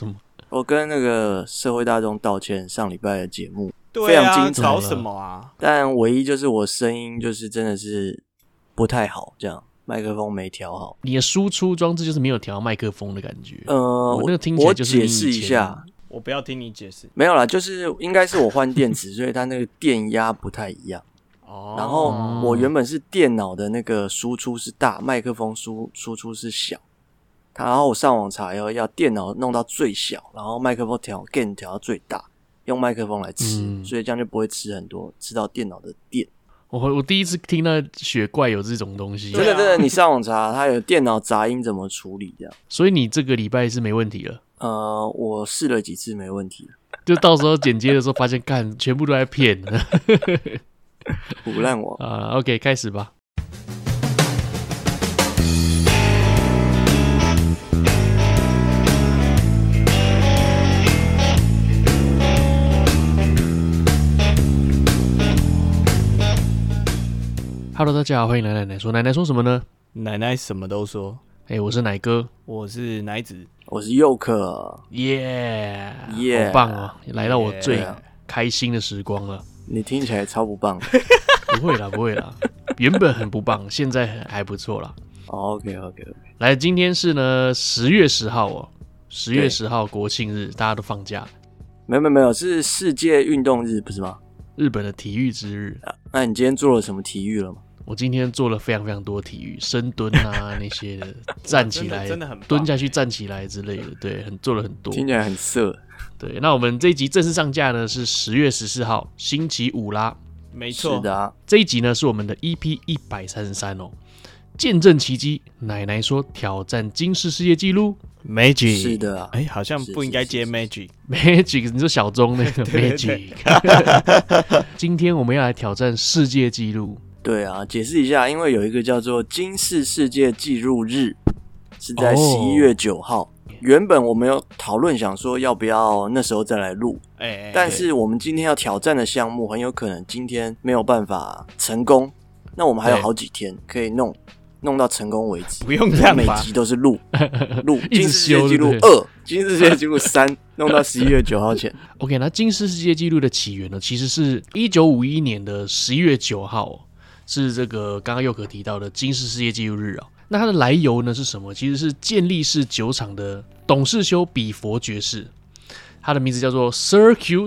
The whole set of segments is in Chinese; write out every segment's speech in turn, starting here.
我跟那个社会大众道歉，上礼拜的节目对非常精彩， 搞什么啊？ 但唯一就是我声音就是真的是不太好，这样麦克风没调好。 你的输出装置就是没有调麦克风的感觉。我那个听起来就是我解释一下， 我不要听你解释。 没有啦，就是应该是我换电池，所以它那个电压不太一样。然后我原本是电脑的那个输出是大，麦克风输出是小。然后我上网查要电脑弄到最小，然后麦克风gain 调到最大，用麦克风来吃，所以这样就不会吃到电脑的电。 我第一次听到雪怪有这种东西， 真的，你上网查，它有电脑杂音怎么处理这样。 所以你这个礼拜是没问题了。 我试了几次没问题， 就到时候剪接的时候发现，干全部都在骗， 唬烂我 OK， 开始吧。Hello， 大家好，欢迎来奶说。奶奶说什么呢？ 奶奶什么都说。 我是奶哥， 我是奶子， 我是佑克。 耶，好棒哦！来到我最开心的时光了。 你听起来超不棒。 不会啦，原本很不棒，现在还不错啦。 OK。 来，今天是呢10月10号哦，10月10号国庆日，大家都放假。 没有，是世界运动日，不是吗？ 日本的体育之日。 那你今天做了什么体育了吗？ 我今天做了非常非常多体育，深蹲啊那些的，站起来真的很棒， 蹲下去站起来之类的，对，做了很多， 听起来很色。 对，那我们这一集正式上架呢是10月14号星期五啦， 没错， 是的啊。 这一集呢是我们的 EP 133哦，见证奇迹，奶奶说挑战金氏世界纪录 Magic， 是的啊， 好像不应该接 Magic， 你说小钟那个 Magic， 今天我们要来挑战世界纪录。 对啊，解释一下，因为有一个叫做金氏世界纪录日，是在11月9号。原本我们有讨论想说要不要那时候再来录，但是我们今天要挑战的项目很有可能今天没有办法成功，那我们还有好几天可以弄到成功为止。 不用这样吧， 每集都是录金氏世界纪录2、金氏世界纪录3，弄到11月9号前。 OK， 那金氏世界纪录的起源呢，其实是1951年的11月9号哦。是这个刚刚佑可提到的金氏世界纪录日啊，那它的来由呢是什么？其实是健力士酒厂的董事修比佛爵士，他的名字叫做 Sir Hugh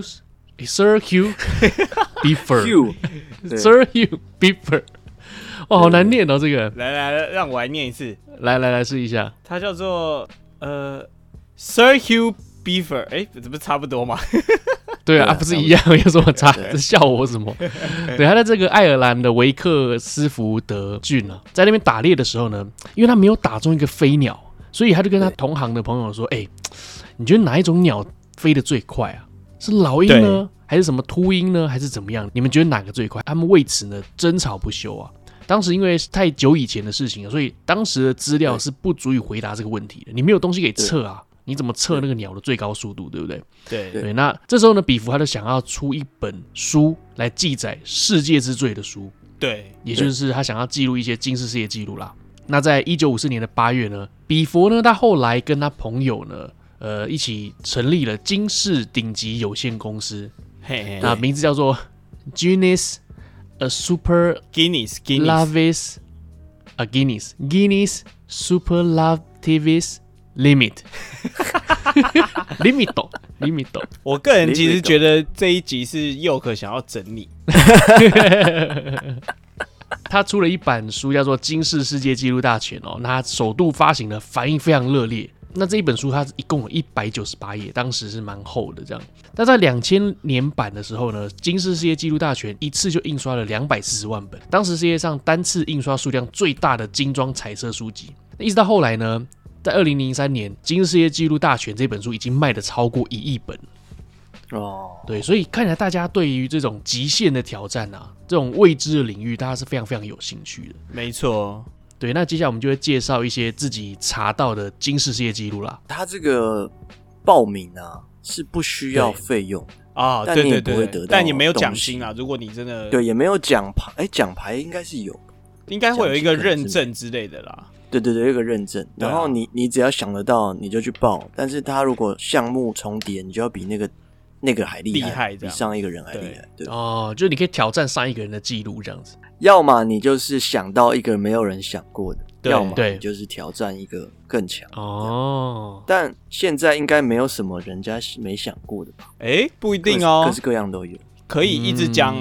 Beffer， Sir Hugh Beffer， 哇，好难念哦，这个。 来，让我来念一次。 来试一下。 他叫做Sir Hugh Beffer， 这不是差不多吗？ 对啊，不是一样，有什么差？这笑我什么？对，他在这个爱尔兰的维克斯福德郡啊，在那边打猎的时候呢，因为他没有打中一个飞鸟，所以他就跟他同行的朋友说：“你觉得哪一种鸟飞得最快啊？是老鹰呢，还是什么秃鹰呢，还是怎么样？你们觉得哪个最快？”他们为此呢争吵不休啊。当时因为太久以前的事情了，所以当时的资料是不足以回答这个问题的，你没有东西可以测啊。你怎么测那个鸟的最高速度，对不对？对。那这时候呢，比弗他就想要出一本书来记载世界之最的书， 对， 也就是他想要记录一些金氏世界纪录啦。那在1954年的8月呢，比弗呢，他后来跟他朋友呢，一起成立了金氏顶级有限公司，那名字叫做 Guinness Super Lavis Guinness Superlativus Limit 我个人其实觉得这一集是佑可想要整理。 他出了一版书叫做《金氏世界纪录大全》哦，那他首度发行的反应非常热烈。那这一本书它一共有198页，当时是蛮厚的这样。那在2000年版的时候呢，《金氏世界纪录大全》一次就印刷了240万本，当时世界上单次印刷数量最大的精装彩色书籍。一直到后来呢，在2003年，《金氏世界纪录大全》这本书已经卖的超过1亿本。对，所以看起来大家对于这种极限的挑战啊，这种未知的领域，大家是非常非常有兴趣的。 没错。 对，那接下来我们就会介绍一些自己查到的金氏世界纪录啦。 他这个报名啊是不需要费用啊， 但你也不会得到， 但也没有奖金啊。如果你真的也没有奖牌，奖牌应该是有， 应该会有一个认证之类的啦。 对对对，有一个认证，然后你只要想得到你就去报，但是他如果项目重叠，你就要比那个还厉害，比上一个人还厉害。对哦，就你可以挑战上一个人的记录这样子。 要么你就是想到一个没有人想过的，要么你就是挑战一个更强。 哦， 但现在应该没有什么人家没想过的吧？ 不一定哦， 各式各样都有。 可以一直讲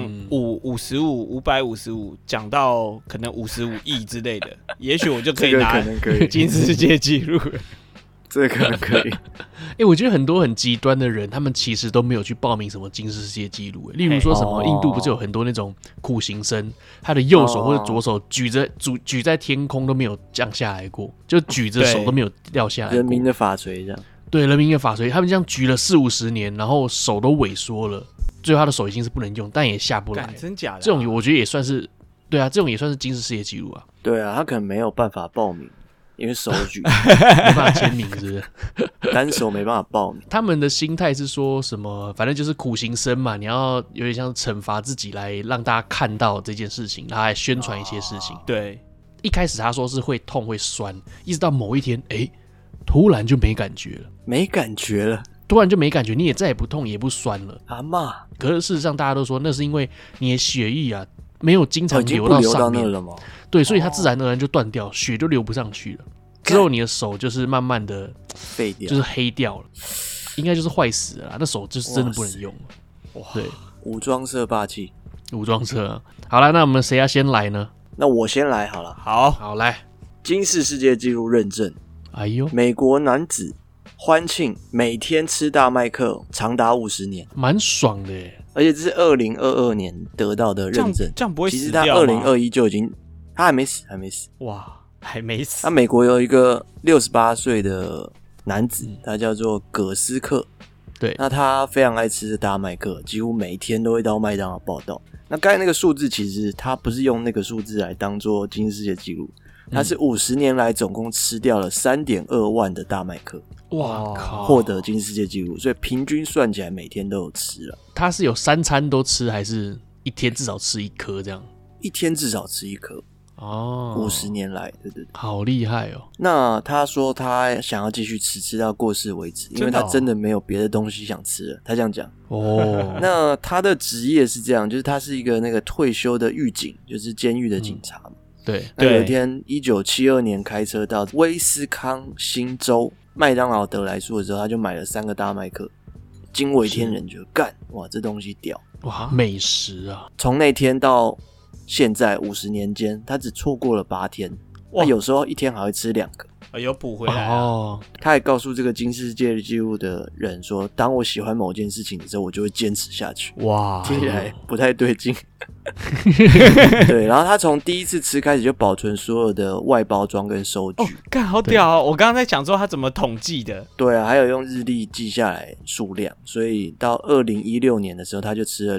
555讲到可能55亿之类的，也许我就可以拿金世界纪录了。 这个可能可以。 我觉得很多很极端的人，他们其实都没有去报名什么金世界纪录。例如说什么印度不是有很多那种苦行僧，他的右手或者左手举在天空都没有降下来过，就举着手都没有掉下来过。 人民的法锤这样。 对，人民的法锤，他们这样举了40-50年，然后手都萎缩了，最后他的手已经是不能用，但也下不来。 真假的？ 这种我觉得也算是，对啊，这种也算是金世界纪录啊。 对啊，他可能没有办法报名。因为手举没办法签名，是不是？ 单手没办法报名。 他们的心态是说什么？反正就是苦行僧嘛，你要有点像惩罚自己，来让大家看到这件事情，然后来宣传一些事情。 对， 一开始他说是会痛会酸，一直到某一天，突然就没感觉了， 没感觉了， 突然就没感觉，你也再也不痛也不酸了。 阿嬷， 可是事实上大家都说那是因为你的血液啊没有经常流到上面了吗？ 对，所以它自然而然就断掉，血就流不上去了。之后你的手就是慢慢的废掉， 就是黑掉了，应该就是坏死了啦。那手就是真的不能用了。对， 武装色霸气， 武装色啊。好了，那我们谁要先来呢？ 那我先来好了。 好来， 金氏世界纪录认证。 哎呦， 美国男子欢庆每天吃大麦克长达50年， 蛮爽的耶。 而且这是2022年得到的认证， 这样不会死掉吗？其实他2021就已经，他还没死。 哇，还没死。 那美国有一个68岁的男子，他叫做葛斯克。 对， 那他非常爱吃大麦克，几乎每天都会到麦当劳报道。那刚才那个数字，其实他不是用那个数字来当做金世界纪录，他是50年来总共吃掉了3.2万的大麦克。 哇靠！ 获得金世界纪录，所以平均算起来每天都有吃了。 他是有3餐都吃，还是一天至少吃1颗这样？ 一天至少吃1颗。 哦 ，50年来，对，好厉害哦。 那他说他想要继续吃到过世为止，因为他真的没有别的东西想吃了。他这样讲。 哦， 那他的职业是这样，就是他是一个那个退休的狱警，就是监狱的警察嘛。 对。 那有一天，1972年开车到威斯康星州麦当劳得来速的时候，他就买了3个大麦克，惊为天人，就干哇，这东西屌哇，美食啊！ 从那天到现在50年间，他只错过了8天，他有时候一天还会吃2个， 有补回来啊。 他还告诉这个金世界纪录的人说，当我喜欢某件事情的时候，我就会坚持下去。 哇， 听起来不太对劲。对，然后他从第一次吃开始就保存所有的外包装跟收据。 干好屌哦！我刚刚在想说他怎么统计的。 对啊，还有用日历记下来数量，所以到2016年的时候，他就吃了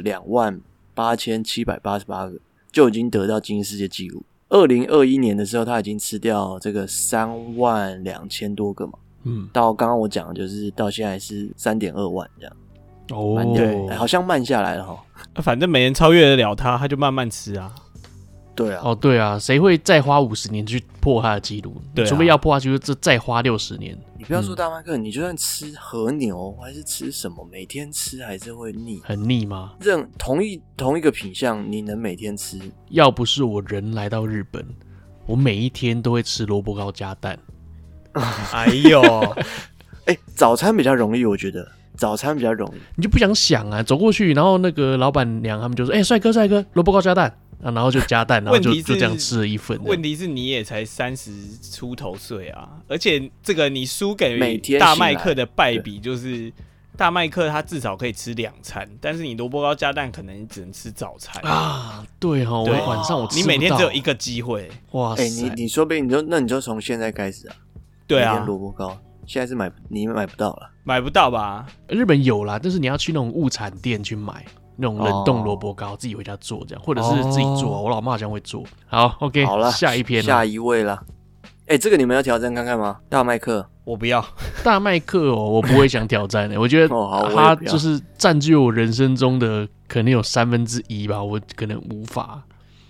28788个，就已经得到金世界纪录。2021年的时候，他已经吃掉这个32000多个嘛。到刚刚我讲的就是到现在是3.2万这样。对，好像慢下来了齁。 反正没人超越得了他，他就慢慢吃啊。 对啊， 对啊，谁会再花50年去破他的记录？对啊，除非要破他记录，这再花60年。 你不要说大麦克，你就算吃和牛还是吃什么，每天吃还是会腻。 很腻吗？ 同一个品项，你能每天吃？ 要不是我人来到日本，我每一天都会吃萝卜糕加蛋。 哎呦， 早餐比较容易，我觉得。早餐比较容易， 你就不想想啊，走过去，然后那个老板娘他们就说：“帅哥，萝卜糕加蛋。”然后就加蛋，然后就这样吃了1份。 问题是你也才30出头岁啊，而且这个你输给大大麦克的败笔就是大麦克他至少可以吃2餐，但是你萝卜糕加蛋可能只能吃早餐啊。对齁，我晚上我吃不到， 你每天只有1个机会。 哇塞， 你说不定你就从现在开始啊。 对啊， 每天萝卜糕。现在是你买不到了， 买不到吧？ 日本有啦，但是你要去那种物产店去买那种冷冻萝卜糕，自己回家做这样，或者是自己做。我老妈好像会做。好 ，OK， 好了， 下一篇， 下一位啦。这个你们要挑战看看吗？大麦克， 我不要。 大麦克我不会想挑战的。我觉得他就是占据我人生中的可能有1/3吧，我可能无法。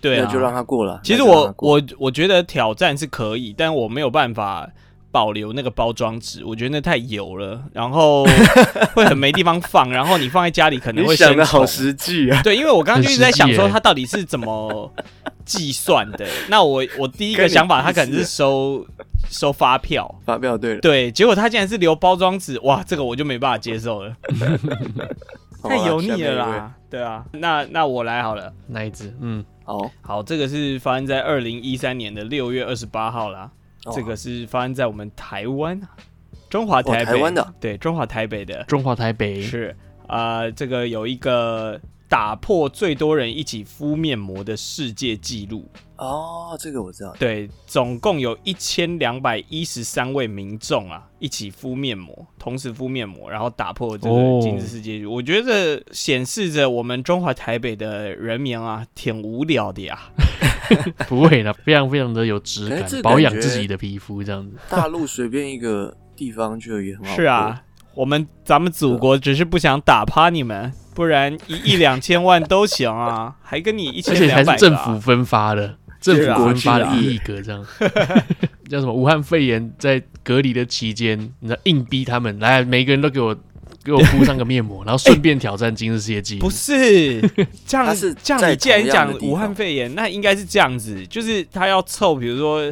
对啊， 那就让他过了。 其实我觉得挑战是可以，但我没有办法保留那个包装纸，我觉得那太油了，然后会很没地方放，然后你放在家里可能会生虫。 你想的好实际啊！ 对，因为我刚刚就一直在想说它到底是怎么计算的。那我第一个想法，它可能是收发票，对，结果他竟然是留包装纸，哇，这个我就没办法接受了，太油腻了啦。对啊，那我来好了， 那一只， 好，这个是发生在2013年的6月28号啦。这个是发生在我们台湾，中华台北， 台湾的， 对，中华台北的， 中华台北是这个有一个打破最多人一起敷面膜的世界纪录。 哦，这个我知道。 对，总共有1213位民众啊，一起敷面膜，同时敷面膜，然后打破这个吉尼斯世界纪录。我觉得显示着我们中华台北的人民啊，挺无聊的呀。 不会啦，非常非常的有质感，保养自己的皮肤这样子。 大陆随便一个地方就也很好。 是啊，咱们祖国只是不想打趴你们，不然1亿2千万都行啊，还跟你1200个、啊， 而且还是政府分发的，政府分发的1亿个这样。叫什么？武汉肺炎在隔离的期间，你知道硬逼他们来，每个人都给我敷上个面膜，然后顺便挑战吉尼斯世界纪录。 不是这样， 这样你既然讲武汉肺炎，那应该是这样子，就是他要凑，比如说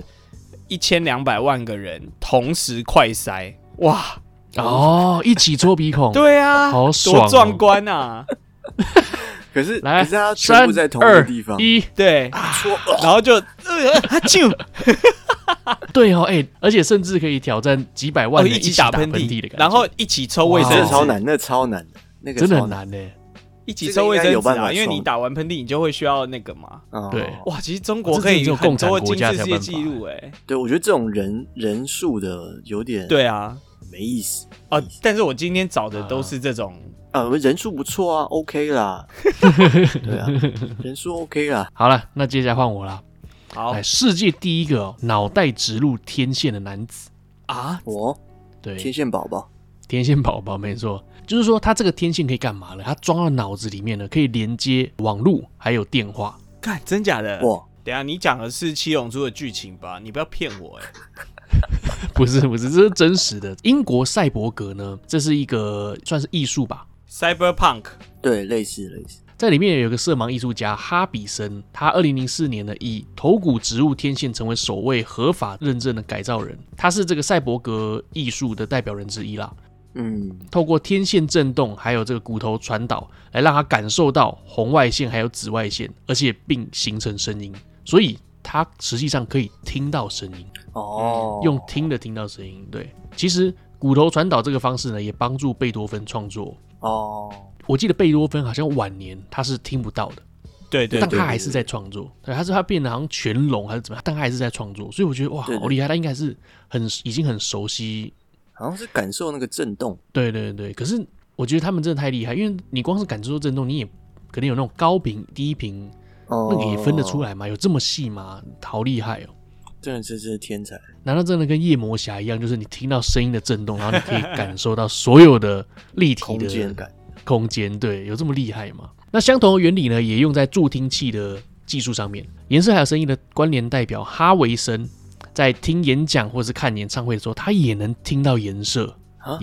1200万个人同时快筛，哇！ 哦，一起戳鼻孔， 对啊， 好爽、哦， 多壮观啊！ 可是他全部在同一个地方， 3、2、1， 对，然后就就。 对哦，而且甚至可以挑战几百万人一起打喷嚏的感觉， 然后一起抽卫生纸， 那超难，那超难的，那个真的很难呢。 一起抽卫生纸啊，因为你打完喷嚏，你就会需要那个嘛。 对， 哇，其实中国可以有很多吉尼斯世界纪录哎。 对，我觉得这种人数的有点对啊， 没意思但是我今天找的都是这种人数不错啊 ，OK 啦。对啊，人数 OK 啦。 好了，那接下来换我啦。 好， 世界第一个脑袋植入天线的男子啊！ 对， 天线宝宝， 天线宝宝没错，就是说他这个天线可以干嘛呢？他装到脑子里面呢，可以连接网路还有电话。 干，真假的？ 哇！ 等一下你讲的是七龙珠的剧情吧？你不要骗我不是，这是真实的。英国赛博格呢，这是一个算是艺术吧 ，Cyberpunk， 对，类似。 在里面有个色盲艺术家哈比森，他2004年呢以头骨植入天线成为首位合法认证的改造人，他是这个赛博格艺术的代表人之一啦。透过天线震动还有这个骨头传导，来让他感受到红外线还有紫外线，而且并形成声音，所以他实际上可以听到声音。用听的听到声音。对，其实骨头传导这个方式呢，也帮助贝多芬创作。我记得贝多芬好像晚年他是听不到的， 对， 但他还是在创作。对，他变得好像全聋还是怎么样，但他还是在创作。所以我觉得哇，好厉害！他应该是已经很熟悉， 好像是感受那个震动。 对。可是我觉得他们真的太厉害，因为你光是感受震动，你也可能有那种高频、低频，那个也分得出来吗？有这么细吗？好厉害哦！ 真的是天才。 难道真的跟夜魔侠一样，就是你听到声音的震动，然后你可以感受到所有的立体的空间？对，有这么厉害吗？那相同的原理呢，也用在助听器的技术上面。颜色还有声音的关联代表哈维森，在听演讲或是看演唱会的时候，他也能听到颜色，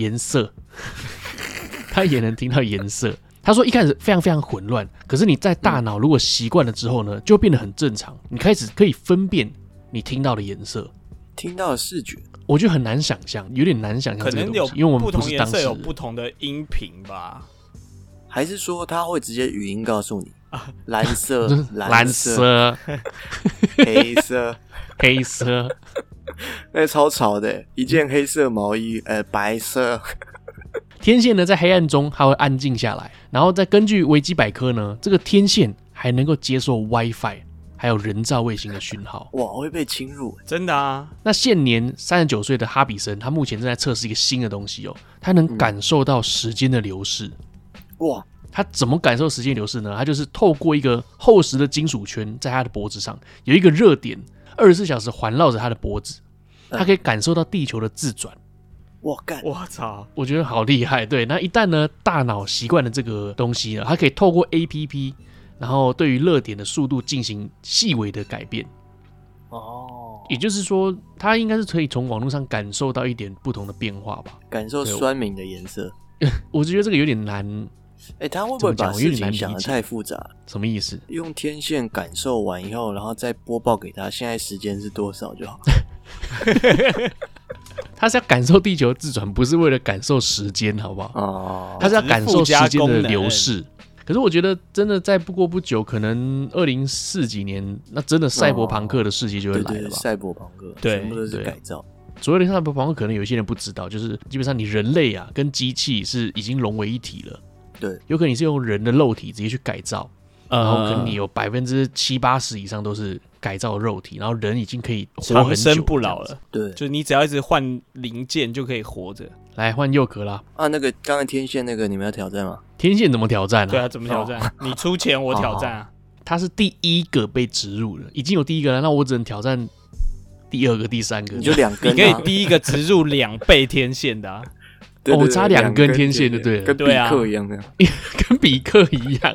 他也能听到颜色。他说一开始非常非常混乱，可是你在大脑如果习惯了之后呢，就变得很正常。你开始可以分辨你听到的颜色， 听到的视觉， 我觉得很难想象，有点难想象这个东西， 可能有因为我们不是当事人。 不同颜色有不同的音频吧？ 还是说他会直接语音告诉你蓝色、 蓝色、黑色， 那超吵的，一件黑色毛衣，白色。 天线呢，在黑暗中它会安静下来，然后再根据维基百科呢，这个天线还能够接受 WiFi 还有人造卫星的讯号。 哇，会被侵入， 真的啊！ 那现年39岁的哈比森，他目前正在测试一个新的东西哦，他能感受到时间的流逝。 哇， 他怎么感受时间流逝呢？他就是透过一个厚实的金属圈，在他的脖子上有一个热点，24小时环绕着他的脖子，他可以感受到地球的自转。 我干！ 我操！ 我觉得好厉害。对，那一旦呢，大脑习惯了这个东西呢，它可以透过 APP， 然后对于热点的速度进行细微的改变。也就是说，它应该是可以从网络上感受到一点不同的变化吧？ 感受酸民的颜色。 我觉得这个有点难。 他会不会把事情想得太复杂？ 什么意思？ 用天线感受完以后，然后再播报给他，现在时间是多少就好。 他是要感受地球自转，不是为了感受时间，好不好？他是要感受时间的流逝。可是我觉得真的再不过不久，可能2040几年，那真的赛博朋克的世界就会来了吧？ 赛博朋克，全部都是改造。所谓的赛博朋克，可能有些人不知道，就是基本上你人类啊跟机器是已经融为一体了。 对， 有可能你是用人的肉体直接去改造，然后可能你有70%-80%以上都是改造的肉体，然后人已经可以活很久， 长生不老了。 对， 就你只要一直换零件就可以活着。 来换佑可啦。 那个刚才天线那个你们要挑战吗？ 天线怎么挑战啊？ 对啊，怎么挑战？你出钱我挑战啊。 他是第一个被植入的，已经有第一个了，那我只能挑战第二个、第三个。 你就2根， 你可以第一个植入2倍天线的啊。 我差2根天线就对了， 跟比克一样的， 跟比克一样。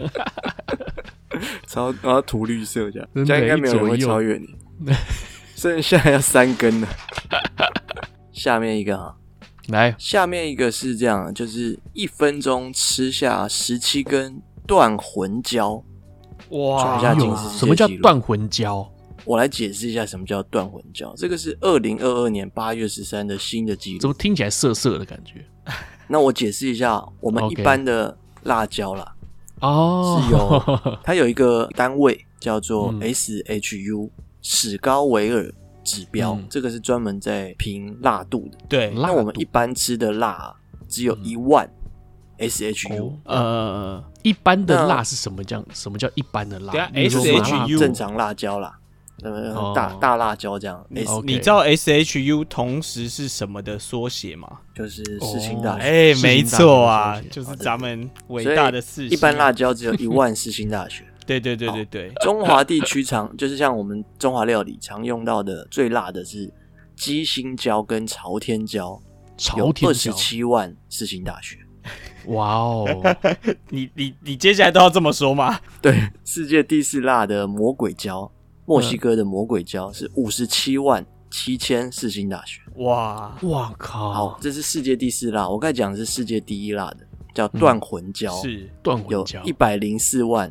然后涂绿色这样，这样应该没有人会超越你。剩下要3根了。下面一个哈， 来， 下面一个是这样，就是1分钟吃下17根断魂椒，创下吉尼斯世界纪录。 什么叫断魂椒？ 我来解释一下什么叫断魂椒。这个是2022年8月13的新的纪录。 怎么听起来涩涩的感觉？ 那我解释一下，我们一般的辣椒啦，是有它有一个单位叫做 SHU 史高维尔指标，这个是专门在评辣度的。 对， 那我们一般吃的辣只有10000 SHU。 一般的辣是什么叫一般的辣 ？SHU 正常辣椒啦。大辣椒这样。 你知道 SHU 同时是什么的缩写吗？ 就是世新大学。 没错啊，就是咱们伟大的世新。 一般辣椒只有10000世新大学。 对。 中华地区就是像我们中华料理常用到的最辣的是鸡心椒跟朝天椒，有27万世新大学。 哇哦！ 你接下来都要这么说吗？ 对，世界第4辣的魔鬼椒。墨西哥的魔鬼椒是57万7000世新大学。 哇靠！ 好，这是世界第4辣。我刚才讲的是世界第1辣的，叫断魂椒。 是断魂椒， 有104万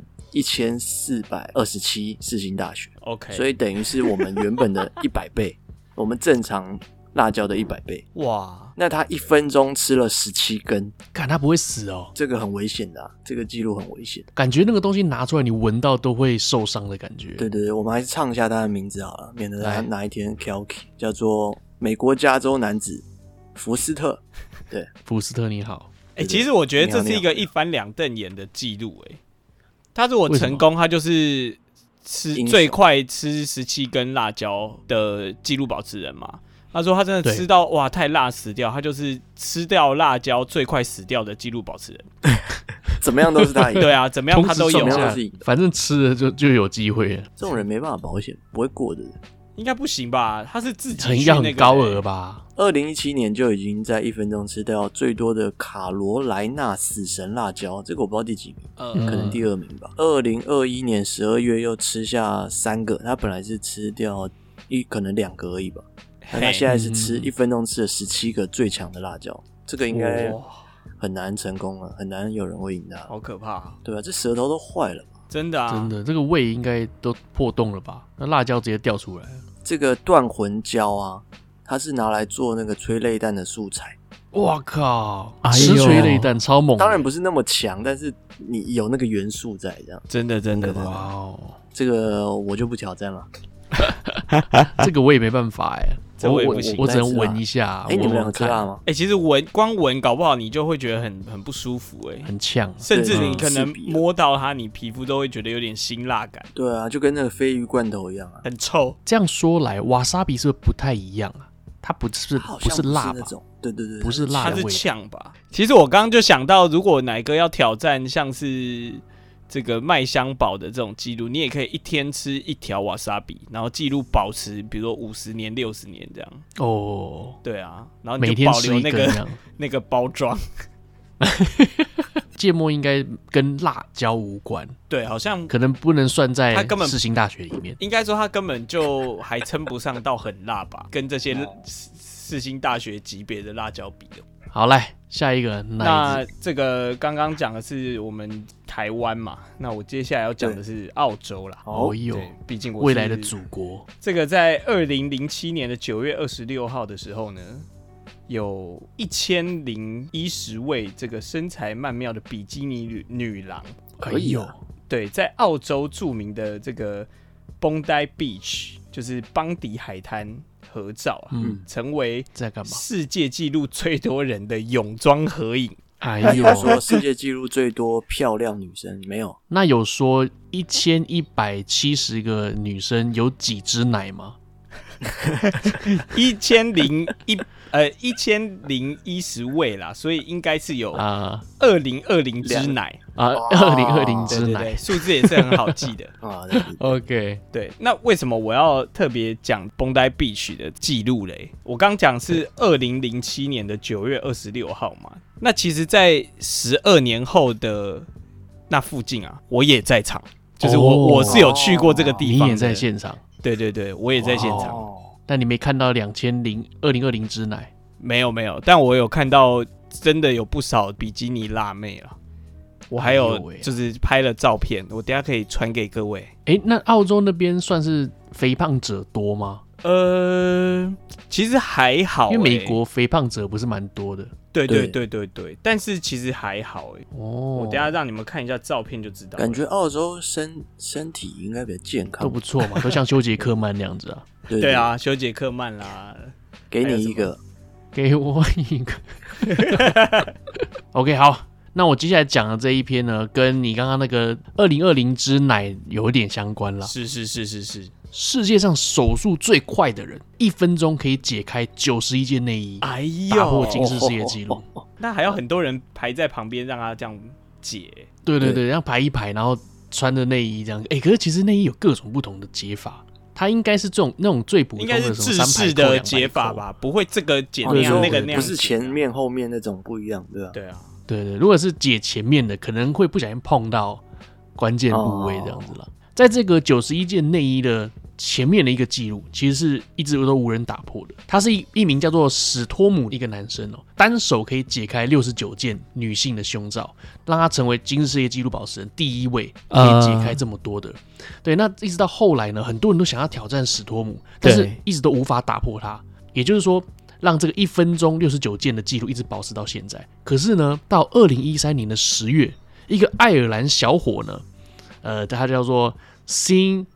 1427世新大学。 OK， 所以等于是我们原本的100倍，我们正常辣椒的100倍。 哇！ 那他1分钟吃了17根， 看他不会死哦。 这个很危险的这个记录很危险。 感觉那个东西拿出来，你闻到都会受伤的感觉。 对，我们还是唱一下他的名字好了，免得他哪一天 Kelky 叫做美国加州男子福斯特。对， 福斯特你好。 其实我觉得这是一个一翻2瞪眼的记录。他如果成功，他就是最快吃17根辣椒的纪录保持人嘛。他说他真的吃到哇太辣死掉，他就是吃掉辣椒最快死掉的纪录保持人。 怎么样都是他赢。 对啊，怎么样他都有， 反正吃了就有机会了。 这种人没办法保险，不会过的人。 应该不行吧？他是自己成要很高额吧 ？2017年就已经在1分钟吃掉最多的卡罗莱纳死神辣椒，这个我不知道第几名，可能第2名吧。2021年12月又吃下3个，他本来是吃掉可能2个而已吧。他现在是1分钟吃了17个最强的辣椒，这个应该很难成功了，很难有人会赢他。 好可怕， 对啊，这舌头都坏了吧？ 真的啊， 真的，这个胃应该都破洞了吧？那辣椒直接掉出来了。 这个断魂椒啊，它是拿来做那个催泪弹的素材。 哇靠！吃催泪弹超猛， 当然不是那么强，但是你有那个元素在，这样真的哇哦！ 这个我就不挑战了。 这个我也没办法我也不行， 我只能闻一下。 你们两个吃辣吗？ 其实光闻搞不好你就会觉得很不舒服很呛， 甚至你可能摸到它，你皮肤都会觉得有点辛辣感。 对啊，就跟那个鲱鱼罐头一样啊， 很臭。 这样说来，瓦萨比是不是不太一样啊？它不是辣吧？ 对， 不是辣的味道， 它是呛吧？其实我刚刚就想到，如果哪个要挑战像是这个麦香堡的这种记录，你也可以一天吃1条瓦萨比，然后记录保持，比如说50年、60年这样。对啊，然后你就保留那个包装。 芥末应该跟辣椒无关， 对，好像可能不能算在世新大学里面。 应该说它根本就还称不上到很辣吧，跟这些世新大学级别的辣椒比的。 好，来下一个。 那这个刚刚讲的是我们台湾嘛，那我接下来要讲的是澳洲啦。 哦哟， 毕竟未来的祖国。 这个在2007年的9月26号的时候呢，有1010位这个身材曼妙的比基尼女郎， 可以哦。 对，在澳洲著名的这个 Bondi Beach， 就是邦迪海滩合照成为世界纪录最多人的泳装合影。 有说世界纪录最多漂亮女生没有？ 那有说1170个女生有几只奶吗 ？1010位啦，所以应该是有2020只奶 2020只奶， 数字也是很好记的 OK， 对，那为什么我要特别讲 Bondi Beach 的记录嘞？我刚讲是2007年的9月26号嘛，那其实在12年后的那附近啊，我也在场，就是我是有去过这个地方的， 你也在现场。 对对对，我也在现场。 但你没看到2020只奶？ 没有，但我有看到真的有不少比基尼辣妹了。我还有就是拍了照片，我等一下可以传给各位。 那澳洲那边算是肥胖者多吗？ 其实还好， 因为美国肥胖者不是蛮多的。 对，但是其实还好我等一下让你们看一下照片就知道。 感觉澳洲身体应该比较健康， 都不错嘛，都像休杰克曼那样子啊。 对啊，休杰克曼啦， 给你一个， 给我一个。OK， 好，那我接下来讲的这一篇呢，跟你刚刚那个2020只奶有一点相关啦。 是。 世界上手速最快的人，1分钟可以解开91件内衣，打破吉尼斯世界纪录。 那还要很多人排在旁边让他这样解。 对，这样排一排，然后穿着内衣这样。可是其实内衣有各种不同的解法，它应该是那种最普通的， 应该是制式的解法吧，不会这个解那样那个那样， 不是前面后面那种不一样，对吧？ 对啊， 对，如果是解前面的，可能会不小心碰到关键部位这样子啦。在这个91件内衣的前面的一个记录，其实是一直都无人打破的。他是一名叫做史托姆的一个男生单手可以解开69件女性的胸罩，让他成为吉尼斯世界纪录保持人第一位可以解开这么多的。对，那一直到后来呢，很多人都想要挑战史托姆，但是一直都无法打破他。也就是说，让这个1分钟69件的记录一直保持到现在。可是呢，到2013年的10月，一个爱尔兰小伙呢，他叫做 Sean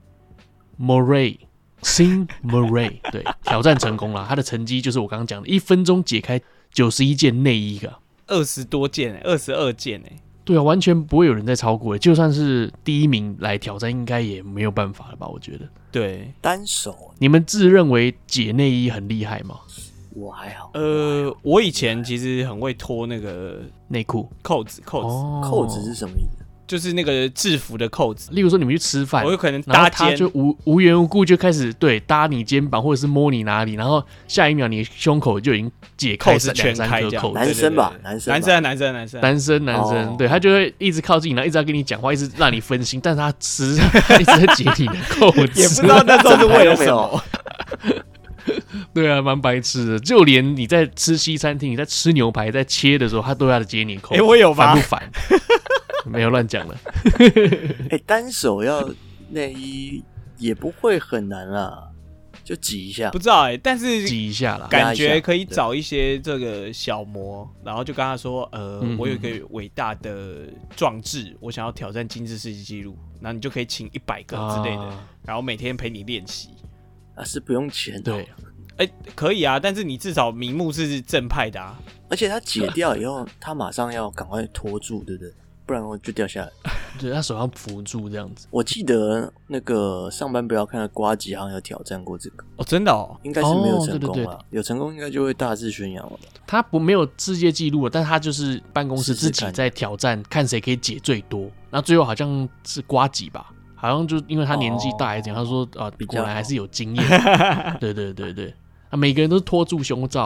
Murray， 对，挑战成功了。他的成绩就是我刚刚讲的，1分钟解开91件内衣 ，20多件，22件对啊，完全不会有人再超过，就算是第一名来挑战，应该也没有办法了吧？我觉得。 对， 单手， 你们自认为解内衣很厉害吗？ 我还好。 我以前其实很会脱那个内裤扣子。 扣子是什么意思？ 就是那个制服的扣子， 例如说你们去吃饭， 我有可能搭肩， 他就无缘无故就开始搭你肩膀，或者是摸你哪里，然后下一秒你胸口就已经解开2-3颗扣子。 男生吧，男生，对，他就会一直靠近你，然后一直要跟你讲话，一直让你分心，但是他实际上一直在解你的扣子， 也不知道那时候是为了什么。 对啊，蛮白痴的。就连你在吃西餐厅，你在吃牛排，在切的时候，他都要解你扣子。 我有吧？ 烦不烦？没有乱讲了。 单手要内衣也不会很难啦，就挤一下。 不知道但是挤一下啦， 感觉可以找一些这个小模，然后就跟他说，我有一个伟大的壮志，我想要挑战吉尼斯世界纪录，然后你就可以请100个之类的，然后每天陪你练习。 是不用钱的。 对， 可以啊，但是你至少名目是正派的啊。 而且他解掉以后，他马上要赶快拖住，对不对？不然我就掉下来。 对，他手上扶住这样子。 我记得那个上班不要看的呱吉好像有挑战过这个。 真的哦？ 应该是没有成功啦。有成功应该就会大肆宣扬了。 他没有世界纪录，但他就是办公室自己在挑战，看谁可以解最多。然后最后好像是呱吉吧，好像就因为他年纪大一点，他说果然还是有经验。对，每个人都是拖住胸罩啊。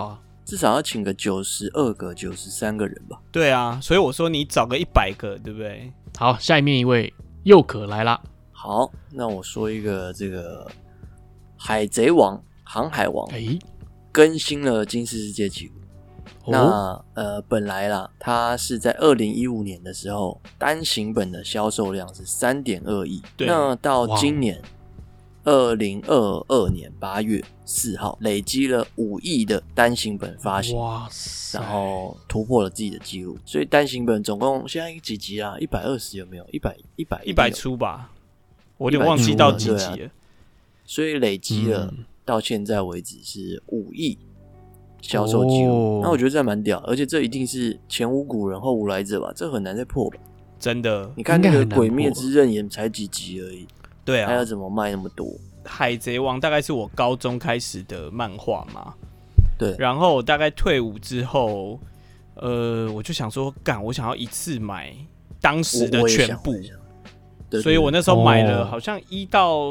至少要请个92个、93个人吧。 对啊，所以我说你找个100个，对不对？ 好，下面一位佑可来啦。 好，那我说一个这个海贼王、航海王更新了金氏世界纪录。那本来啦，它是在2015年的时候单行本的销售量是 3.2 亿，那到今年2022年8月4号累积了5亿的单行本发行，哇塞，然后突破了自己的纪录。所以单行本总共现在几集啊？120有没有？100出吧，我有点忘记到几集了。 所以累积了到现在为止是5亿销售纪录，那我觉得这蛮屌，而且这一定是前无古人后无来者吧，这很难再破吧？ 真的， 你看那个《鬼灭之刃》也才几集而已， 对啊， 还要怎么卖那么多？ 海贼王大概是我高中开始的漫画嘛， 对， 然后我大概退伍之后，我就想说，我想要一次买当时的全部。所以我那时候买了好像1到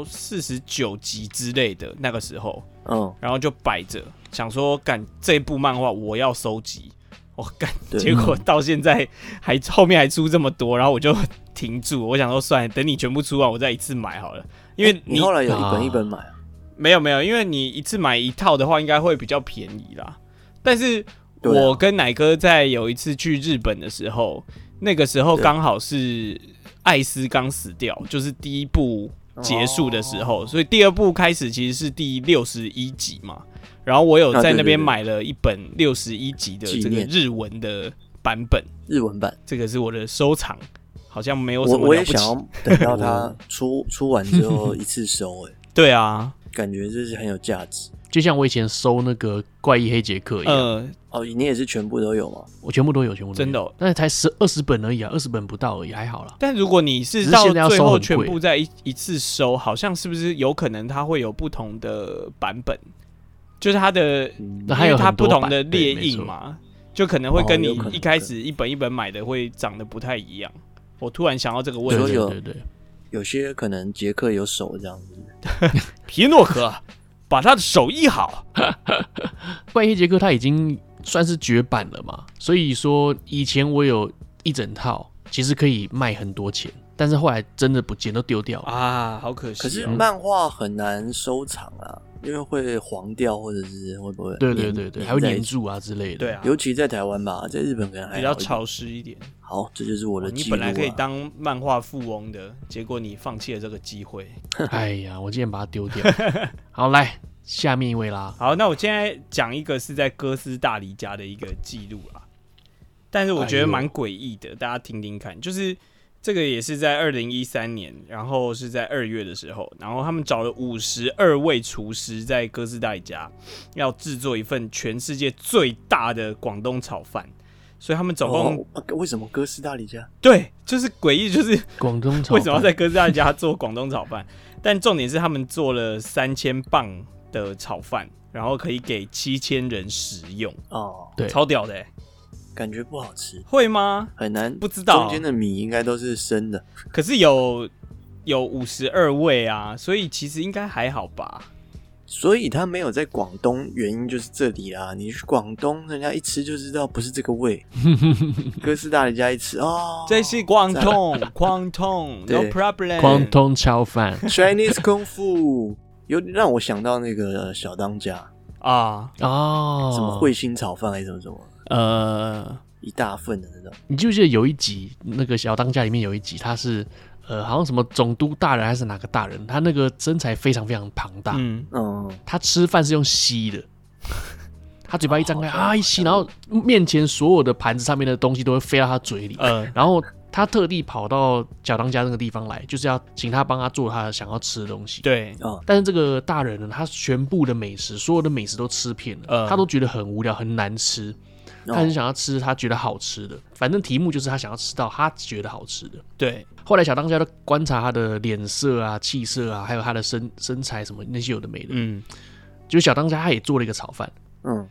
49集之类的，那个时候，然后就摆着，想说这一部漫画我要收集，结果到现在后面还出这么多，然后我就停住，我想说算了，等你全部出完我再一次买好了，因为你后来有一本一本买啊？ 没有，因为你一次买一套的话，应该会比较便宜啦。但是我跟奶哥在有一次去日本的时候，那个时候刚好是艾斯刚死掉，就是第一部结束的时候，所以第二部开始其实是第61集嘛。然后我有在那边买了一本61集的这个日文的版本， 日文版， 这个是我的收藏，好像没有什么了不起。 我也想要等到它出完之后一次收， 对啊， 感觉这是很有价值。 就像我以前收那个怪异黑杰克一样。 你也是全部都有吗？ 我全部都有， 真的但是才20本而已啊，20本不到而已，还好啦。 但如果你是到最后全部在一次收，好像是不是有可能它会有不同的版本？就是它的，因为它不同的列印嘛，就可能会跟你一开始一本一本买的会长得不太一样。我突然想到这个问题， 对， 有些可能杰克有手这样子， 皮诺可把他的手医好。 怪异杰克他已经算是绝版了嘛，所以说以前我有一整套，其实可以卖很多钱，但是后来真的不见，都丢掉了啊，好可惜。 可是漫画很难收藏啊，因为会黄掉，或者是会不会？ 对，还会黏住啊之类的。 对啊， 尤其在台湾吧，在日本可能还比较潮湿一点。 好，这就是我的记录。 你本来可以当漫画富翁的，结果你放弃了这个机会。 哎呀，我今天把它丢掉。好，来下面一位啦。 好，那我现在讲一个是在哥斯达黎加的一个记录啦，但是我觉得蛮诡异的，大家听听看。就是这个也是在2013年，然后是在2月的时候，然后他们找了52位厨师在哥斯达黎加要制作一份全世界最大的广东炒饭。所以他们总共为什么哥斯达黎加？ 对，就是诡异，就是广东炒饭为什么要在哥斯达黎加做广东炒饭？但重点是他们做了3000磅的炒饭，然后可以给7000人食用。 对， 超屌的感觉不好吃， 会吗？ 很难， 不知道。 中间的米应该都是生的， 可是有52位啊，所以其实应该还好吧。 所以他没有在广东，原因就是这里啦。你去广东，人家一吃就知道不是这个味。哥斯达黎加一吃， 这是广东，no problem。 广东炒饭 ，Chinese 功夫，有让我想到那个小当家什么彗星炒饭还是什么一大份的那种。 你记不记得有一集那个小当家里面有一集，他是好像什么总督大人还是哪个大人，他那个身材非常非常庞大，他吃饭是用吸的，他嘴巴一张开一吸，然后面前所有的盘子上面的东西都会飞到他嘴里，然后他特地跑到小当家那个地方来，就是要请他帮他做他想要吃的东西。 对， 但是这个大人呢，他全部的美食，所有的美食都吃遍了，他都觉得很无聊很难吃。他很想要吃他觉得好吃的，反正题目就是他想要吃到他觉得好吃的。 对， 后来小当家都观察他的脸色啊、气色啊，还有他的身材什么那些有的没的。就小当家他也做了一个炒饭。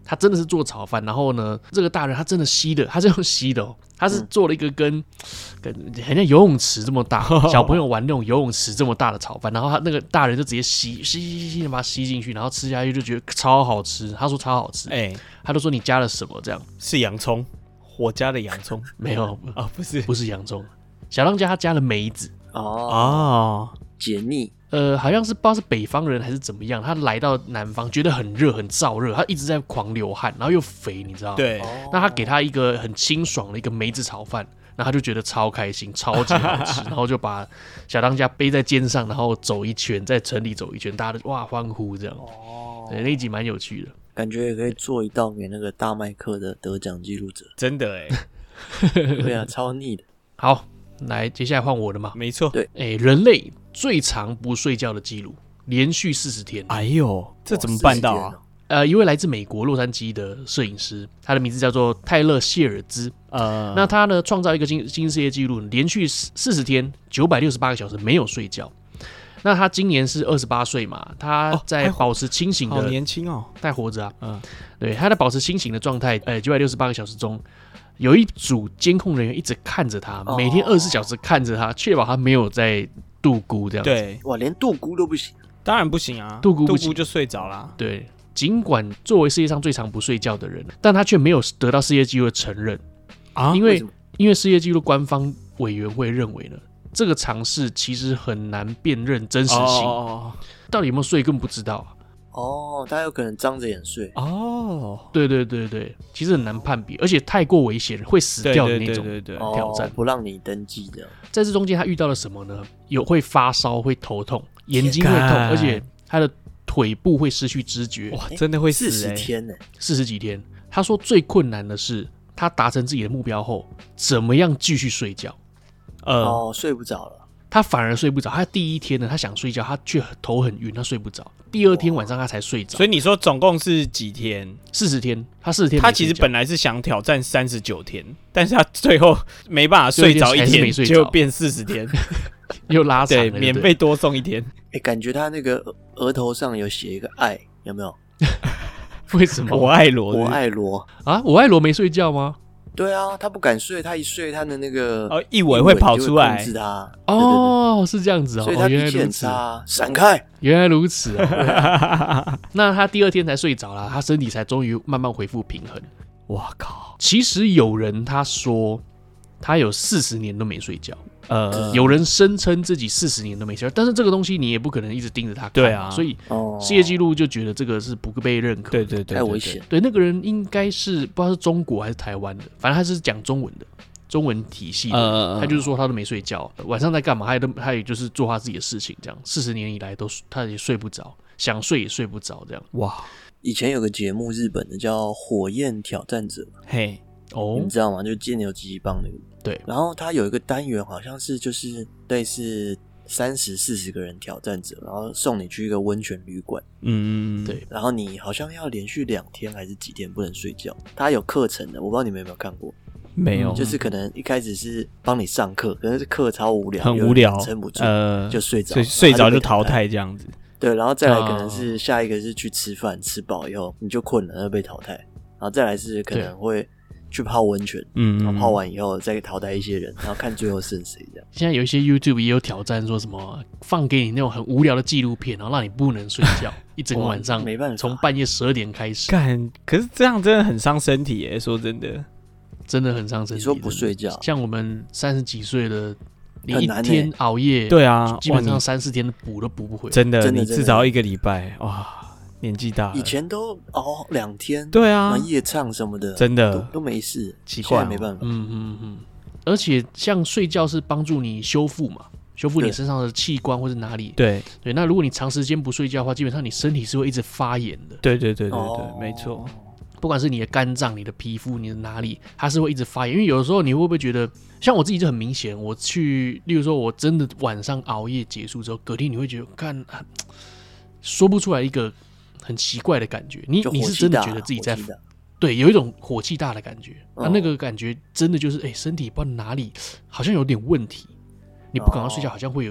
他真的是做炒饭，然后呢，这个大人他真的吸的，他是用吸的哦，他是做了一个跟很像游泳池这么大，小朋友玩那种游泳池这么大的炒饭，然后他那个大人就直接吸的把它吸进去，然后吃下去就觉得超好吃，他说超好吃，他都说你加了什么这样？ 是洋葱，我加的洋葱没有啊，不是洋葱， 小当家他加了梅子解腻。 好像是不知道是北方人还是怎么样，他来到南方觉得很热很燥热，他一直在狂流汗，然后又肥，你知道吗？ 对。 那他给他一个很清爽的一个梅子炒饭，然后他就觉得超开心，超级好吃，然后就把小当家背在肩上，然后走一圈，在城里走一圈，大家都哇欢呼这样。对，那一集蛮有趣的， 感觉也可以做一道给那个大麦克的得奖记录者。 真的对啊，超腻的。 好，来接下来换我的嘛。 没错。 对， 人类最长不睡觉的记录，连续40天。 哎呦，这怎么办到啊？ 一位来自美国洛杉矶的摄影师，他的名字叫做泰勒·谢尔兹。那他呢创造一个金世界纪录，连续40天968个小时没有睡觉。那他今年是28岁嘛，他在保持清醒的， 好年轻哦， 他还活着啊。对，他在保持清醒的状态，968个小时中，有一组监控人员一直看着他，每天24小时看着他，确保他没有在度孤这样子。 对， 哇，连度孤都不行， 当然不行啊， 度孤就睡着啦。 对，尽管作为世界上最长不睡觉的人，但他却没有得到世界纪录的承认啊，因为世界纪录官方委员会认为呢，这个尝试其实很难辨认真实性，到底有没有睡根本不知道啊。 他有可能张着眼睡。 对，其实很难判别，而且太过危险，会死掉的那种挑战， 不让你登记的。 在这中间，他遇到了什么呢？会发烧，会头痛，眼睛会痛，而且他的腿部会失去知觉。 哇，真的会死 40天呢 ，40几天。他说最困难的是，他达成自己的目标后，怎么样继续睡觉？ 睡不着了。 他反而睡不着，他第一天呢，他想睡觉，他却头很晕，他睡不着。第二天晚上他才睡着。 所以你说总共是几天 ？40天，他40天。 他其实本来是想挑战39天，但是他最后没办法睡着一天，就变40天， 又拉长了， 对，免费多送1天。 感觉他那个额头上有写一个爱，有没有？ 为什么？ 我爱罗啊！我爱罗没睡觉吗？ 对啊，他不敢睡，他一睡，他的那个一尾会跑出来控制他。 对，是这样子哦， 所以他脾气很差，闪开。 原来如此啊！那他第二天才睡着了，他身体才终于慢慢恢复平衡。 哇靠！ 其实有人他说他有40年都没睡觉。有人声称自己40年都没睡觉，但是这个东西你也不可能一直盯着他看， 对啊， 所以世界纪录就觉得这个是不被认可的， 对， 太危险。 对，那个人应该是不知道是中国还是台湾的，反正他是讲中文的，中文体系的，他就是说他都没睡觉，晚上在干嘛？他也就是做他自己的事情，这样40年以来他也睡不着，想睡也睡不着，这样。 哇！ 以前有个节目，日本的叫《火焰挑战者》， 嘿， 你知道吗？就金牛机器棒那个。 对， 然后他有一个单元，好像是就是类似30-40个人挑战者，然后送你去一个温泉旅馆。 对， 然后你好像要连续2天还是几天不能睡觉。他有课程的，我不知道你们有没有看过。 没有， 就是可能一开始是帮你上课，可能是课超无聊， 很无聊， 撑不住，就睡着， 睡着就淘汰这样子。 对，然后再来可能是下一个是去吃饭，吃饱以后你就困了，要被淘汰。然后再来是可能会去泡温泉，然后泡完以后再淘汰一些人，然后看最后剩谁这样。 现在有一些 YouTube 也有挑战，说什么放给你那种很无聊的纪录片，然后让你不能睡觉，一整个晚上没办法， 从半夜12点开始。 可是这样真的很伤身体耶，说真的， 真的很伤身体。 你说不睡觉， 像我们30几岁的，你一天熬夜， 对啊， 基本上3-4天补都补不回来。 真的，你至少1个礼拜，哇！年纪大了， 以前都熬2天， 对啊， 夜唱什么的， 真的都没事， 奇怪， 没办法。 而且像睡觉是帮助你修复嘛，修复你身上的器官或是哪里。 对， 那如果你长时间不睡觉的话，基本上你身体是会一直发炎的。 对，没错。 不管是你的肝脏、你的皮肤、你的哪里，它是会一直发炎。因为有的时候你会不会觉得，像我自己就很明显，我去，例如说我真的晚上熬夜结束之后，隔天你会觉得，说不出来一个很奇怪的感觉，你是真的觉得自己在对有一种火气大的感觉，那个感觉真的就是身体不知道哪里好像有点问题，你不赶快睡觉好像会有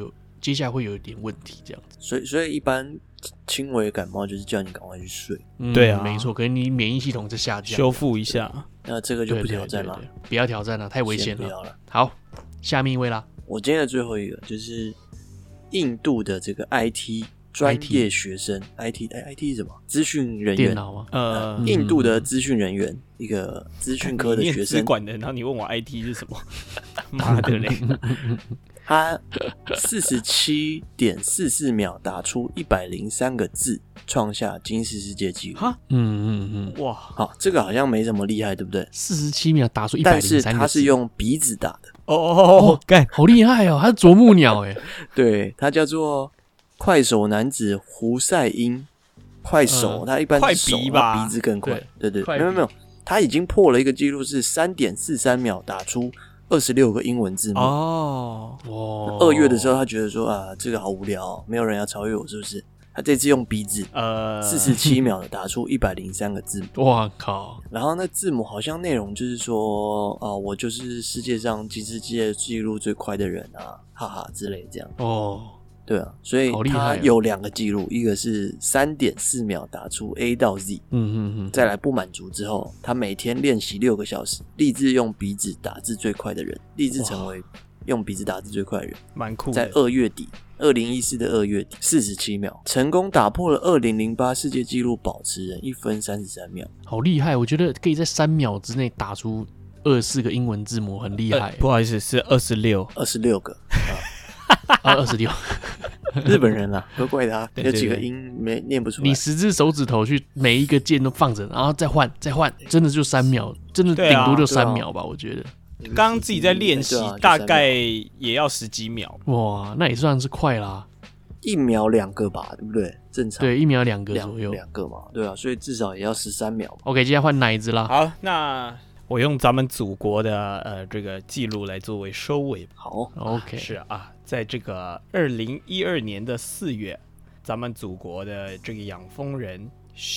接下来会有一点问题这样子。 所以一般轻微感冒就是叫你赶快去睡。 对啊， 没错，可能你免疫系统在下降， 修复一下。 那这个就不挑战了， 不要挑战了，太危险了。 不要了。 好，下面一位啦。 我今天的最后一个就是印度的这个 IT 专业学生 IT 是什么？资讯人员， 电脑吗？ 印度的资讯人员，一个资讯科的学生。你资管的，然后你问我 IT 是什么？妈的嘞！ 他47.44秒打出103个字，创下吉尼斯世界纪录。 哈， 哇， 好，这个好像没什么厉害，对不对 ？47秒打出103个字， 但是他是用鼻子打的。 干，好厉害哦！他是啄木鸟哎。 对，他叫做快手男子胡赛因。快手，他一般是手，他鼻子更快。对，没有，他已经破了一个纪录，是3.43秒打出26个英文字母。2月的时候，他觉得说啊，这个好无聊，没有人要超越我，是不是？他这次用鼻子，47秒的打出103个字母。 哇靠！ 然后那字母好像内容就是说我就是世界上吉尼斯世界纪录最快的人啊，哈哈之类这样。对啊，所以他有2个记录，一个是3.4秒打出 A 到 Z， 再来不满足之后，他每天练习6个小时，立志用鼻子打字最快的人，立志成为用鼻子打字最快的人， 蛮酷的。 在2月底，2014的2月底，47秒成功打破了2008世界纪录保持人1分33秒， 好厉害！我觉得可以在3秒之内打出24个英文字母，很厉害。 不好意思，是26 个。 26 日本人啦，都怪他，有几个音没念不出来。 你10只手指头去每一个键都放着，然后再换，真的就3秒，真的顶多就3秒吧，我觉得。 刚刚自己在练习，大概也要10几秒。 哇，那也算是快啦。 1秒2个吧，对不对？正常。 对，1秒2个左右。 2个嘛，对啊，所以至少也要13秒。 OK， 接下来换哪一只啦？ 好，那我用咱们祖国的这个记录来作为收尾。 好 ，OK， 是啊，在这个2012年的4月，咱们祖国的这个养蜂人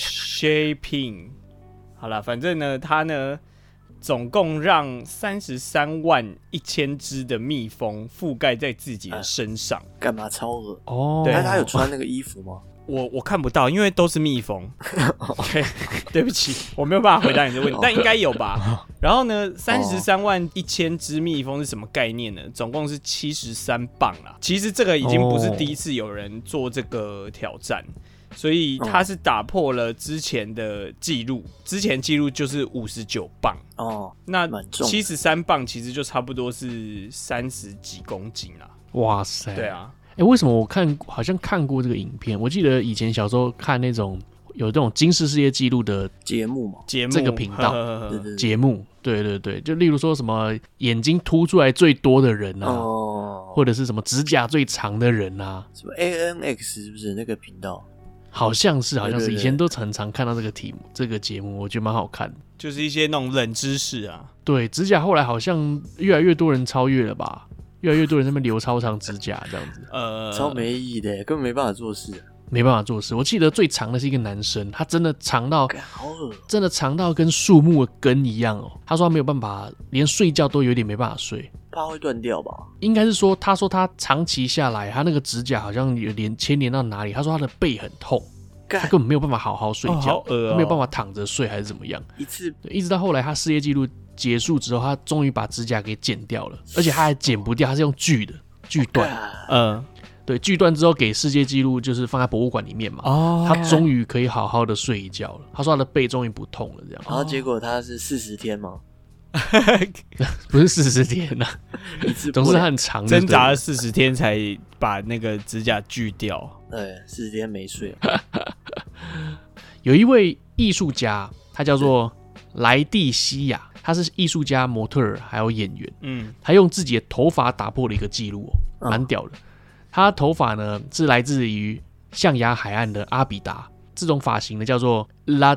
Shaping， 好了，反正呢，他呢总共让33.1万只的蜜蜂覆盖在自己的身上。 干嘛超恶？ 对， 他有穿那个衣服吗？ 我看不到，因为都是蜜蜂。OK， 对不起，我没有办法回答你这个问题，但应该有吧。然后呢，33.1万只蜜蜂是什么概念呢？总共是73磅啦。其实这个已经不是第一次有人做这个挑战，所以他是打破了之前的记录。之前记录就是59磅那73磅其实就差不多是30几公斤啦。 哇塞！ 对啊。 为什么我好像看过这个影片？我记得以前小时候看那种有这种金氏世界纪录的节目嘛， 这个频道节目，对，就例如说什么眼睛凸出来最多的人啊，或者是什么指甲最长的人啊， 什么 ANX 是不是那个频道？ 好像是，以前都很常看到这个题目，这个节目我觉得蛮好看的， 就是一些那种冷知识啊。 对，指甲后来好像越来越多人超越了吧。越来越多人在那边留超长指甲，这样子， 超没意义的，根本没办法做事。 没办法做事。我记得最长的是一个男生，他真的长到，真的长到跟树木的根一样哦。他说他没有办法，连睡觉都有点没办法睡， 怕会断掉吧？ 应该是说，他说他长期下来，他那个指甲好像有牵连到哪里。他说他的背很痛，他根本没有办法好好睡觉，没有办法躺着睡还是怎么样。一直到后来他世界纪录结束之后，他终于把指甲给剪掉了，而且他还剪不掉，他是用锯断。对，锯断之后给世界纪录就是放在博物馆里面嘛。他终于可以好好的睡一觉了。他说他的背终于不痛了，这样。 然后结果他是40天吗？ 不是40天啊，总是很长的， 挣扎了40天才把那个指甲锯掉。 对，40天没睡。 有一位艺术家，他叫做莱蒂西亚，他是艺术家、模特儿还有演员。他用自己的头发打破了一个记录蛮屌的。他头发呢是来自于象牙海岸的阿比达，这种发型呢叫做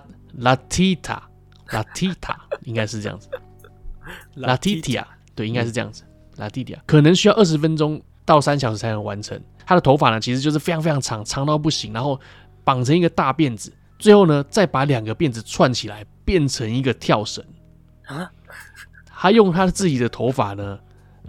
Latita， 应该是这样子。Latitia， 对，应该是这样子。Latitia 可能需要20分钟到3小时才能完成。他的头发呢其实就是非常非常长，长到不行，然后绑成一个大辫子，最后呢再把2个辫子串起来变成一个跳绳。他用他自己的头发呢，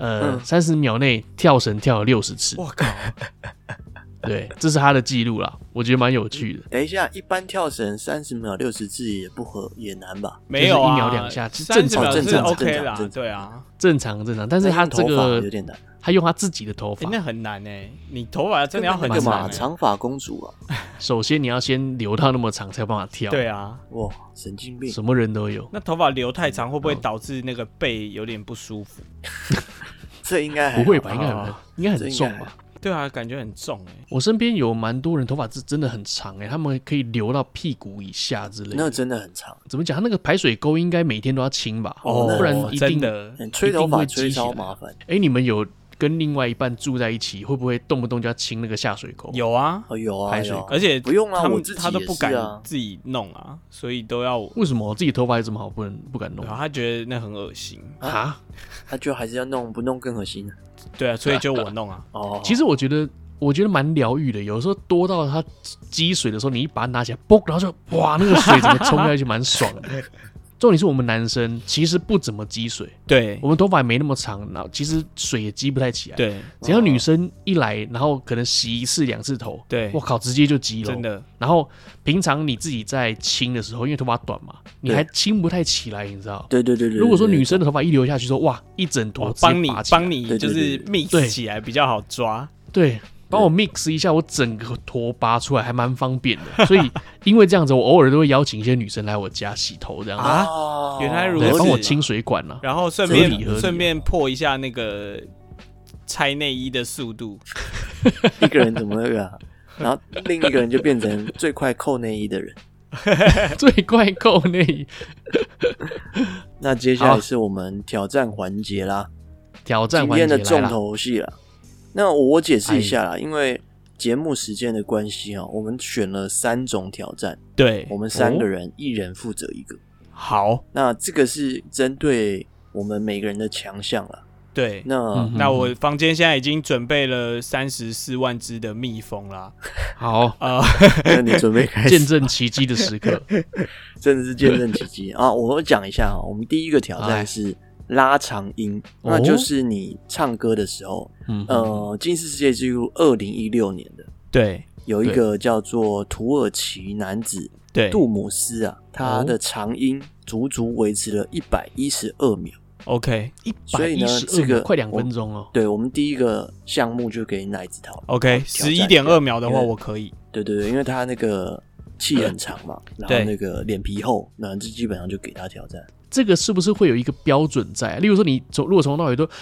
30秒内跳绳跳了60次。 我靠！ 对，这是他的记录啦，我觉得蛮有趣的。 等一下，一般跳绳30秒60次也难吧？ 没有啊，1秒2下，正常 OK 啦，对啊， 正常。但是他这个有点难， 他用他自己的头发， 那很难你头发真的要很长长发公主啊！ 首先你要先留到那么长才有办法跳。 对啊， 哇，神经病， 什么人都有。 那头发留太长会不会导致那个背有点不舒服？ 这应该不会吧？应该很重吧？ 对啊，感觉很重我身边有蛮多人头发是真的很长他们可以留到屁股以下之类的。 那真的很长。 怎么讲？他那个排水沟应该每天都要清吧？不然一定的吹头发吹超麻烦。 你们有跟另外一半住在一起，会不会动不动就要清那个下水沟？ 有啊， 有啊， 排水沟，而且不用啊， 他都不敢自己弄啊，所以都要。 为什么自己头发有这么好，不敢弄？ 他觉得那很恶心啊， 他就还是要弄，不弄更恶心。 对啊，所以就我弄啊。 其实我觉得蛮疗愈的，有时候多到它积水的时候，你一把它拿起来，嘣，然后就哇，那个水整个冲下去，蛮爽的。重点是我们男生其实不怎么积水， 对， 我们头发也没那么长，然后其实水也积不太起来。 对， 只要女生一来，然后可能洗1次2次头， 对， 我靠，直接就积了， 真的。 然后平常你自己在清的时候，因为头发短嘛，你还清不太起来，你知道？ 对。 如果说女生的头发一流下去，说哇，一整坨帮你就是 mix 起来比较好抓， 对。帮我 mix 一下，我整个坨拔出来还蛮方便的，所以因为这样子，我偶尔都会邀请一些女生来我家洗头，这样子啊，原来如此， 帮我清水管啊， 然后顺便破一下那个拆内衣的速度， 一个人怎么那个啊？然后另一个人就变成最快扣内衣的人， 最快扣内衣。 那接下来是我们挑战环节啦，今天的重头戏啦。那我解释一下啦，因为节目时间的关系我们选了3种挑战， 对， 我们3个人一人负责一个。 好， 那这个是针对我们每个人的强项啦。 对，那我房间现在已经准备了34万只的蜜蜂啦。 好那你准备开始见证奇迹的时刻， 真的是见证奇迹啊！我讲一下我们第一个挑战是拉长音，那就是你唱歌的时候，吉尼斯世界纪录2016年的， 对， 有一个叫做土耳其男子杜姆斯啊，他的长音足足维持了112秒。 OK， 所以呢，这个快2分钟哦。 对，我们第一个项目就给奶子桃。 OK， 11.2秒的话我可以。 对，因为他那个气很长嘛，然后那个脸皮厚，那这基本上就给他挑战。 这个是不是会有一个标准在？例如说，你如果从头到尾都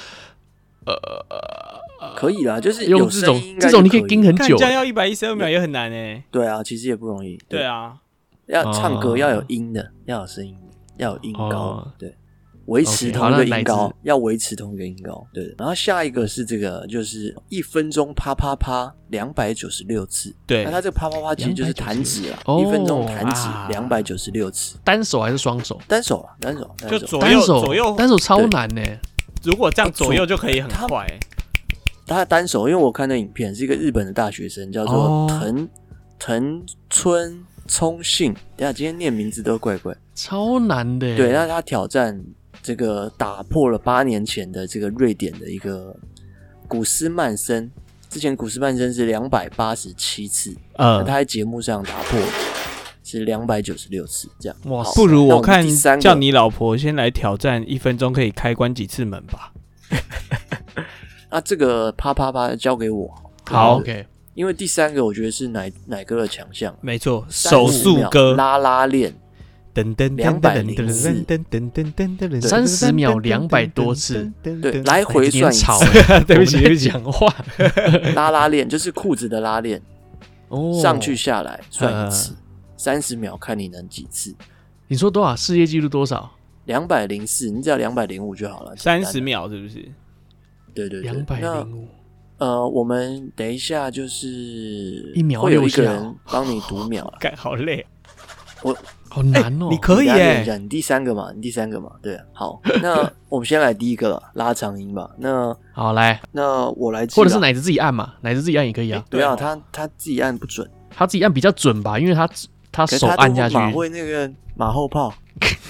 可以啦，就是用这种你可以盯很久， 这样要112秒也很难对啊，其实也不容易。 对啊， 要唱歌要有音的，要有声音的，要有音高，对，维持同一个音高，要维持同一个音高，对。然后下一个是这个，就是1分钟啪啪啪296次， 对。 那它这个啪啪啪其实就是弹指啦，1分钟弹指296次， 单手还是双手？ 单手啦，单手， 就左右， 单手超难呢。 如果这样左右就可以很快。 他单手，因为我看那影片是一个日本的大学生，叫做藤村聪信。等下今天念名字都怪怪， 超难的。 对，那他挑战这个打破了8年前的这个瑞典的一个古斯曼森。之前古斯曼森是287次，他在节目上打破是296次，这样。 哇，不如我看叫你老婆先来挑战1分钟可以开关几次门吧。 那这个啪啪啪交给我。 好 ，OK。 因为第3个我觉得是奶哥的强项， 没错，手速歌拉拉链， 噔噔 204， 噔噔噔噔噔 ，30秒200多次， 对，来回算一次。 对不起，讲话。 拉拉链就是裤子的拉链，上去下来算一次，30秒看你能几次。 你说多少？世界纪录多少 ？204，你只要205就好了。 30秒是不是？ 对 205。 我们等一下就是 1秒6下， 会有一个人帮你读秒了。 好累， 好难哦。 你可以耶， 你第三个嘛，对啊。好，那我们先来第一个拉长音吧。那好来， 那我来， 或者是奶子自己按嘛，奶子自己按也可以啊。 对啊，他自己按不准， 他自己按比较准吧，因为他手按下去， 马会那个马后炮。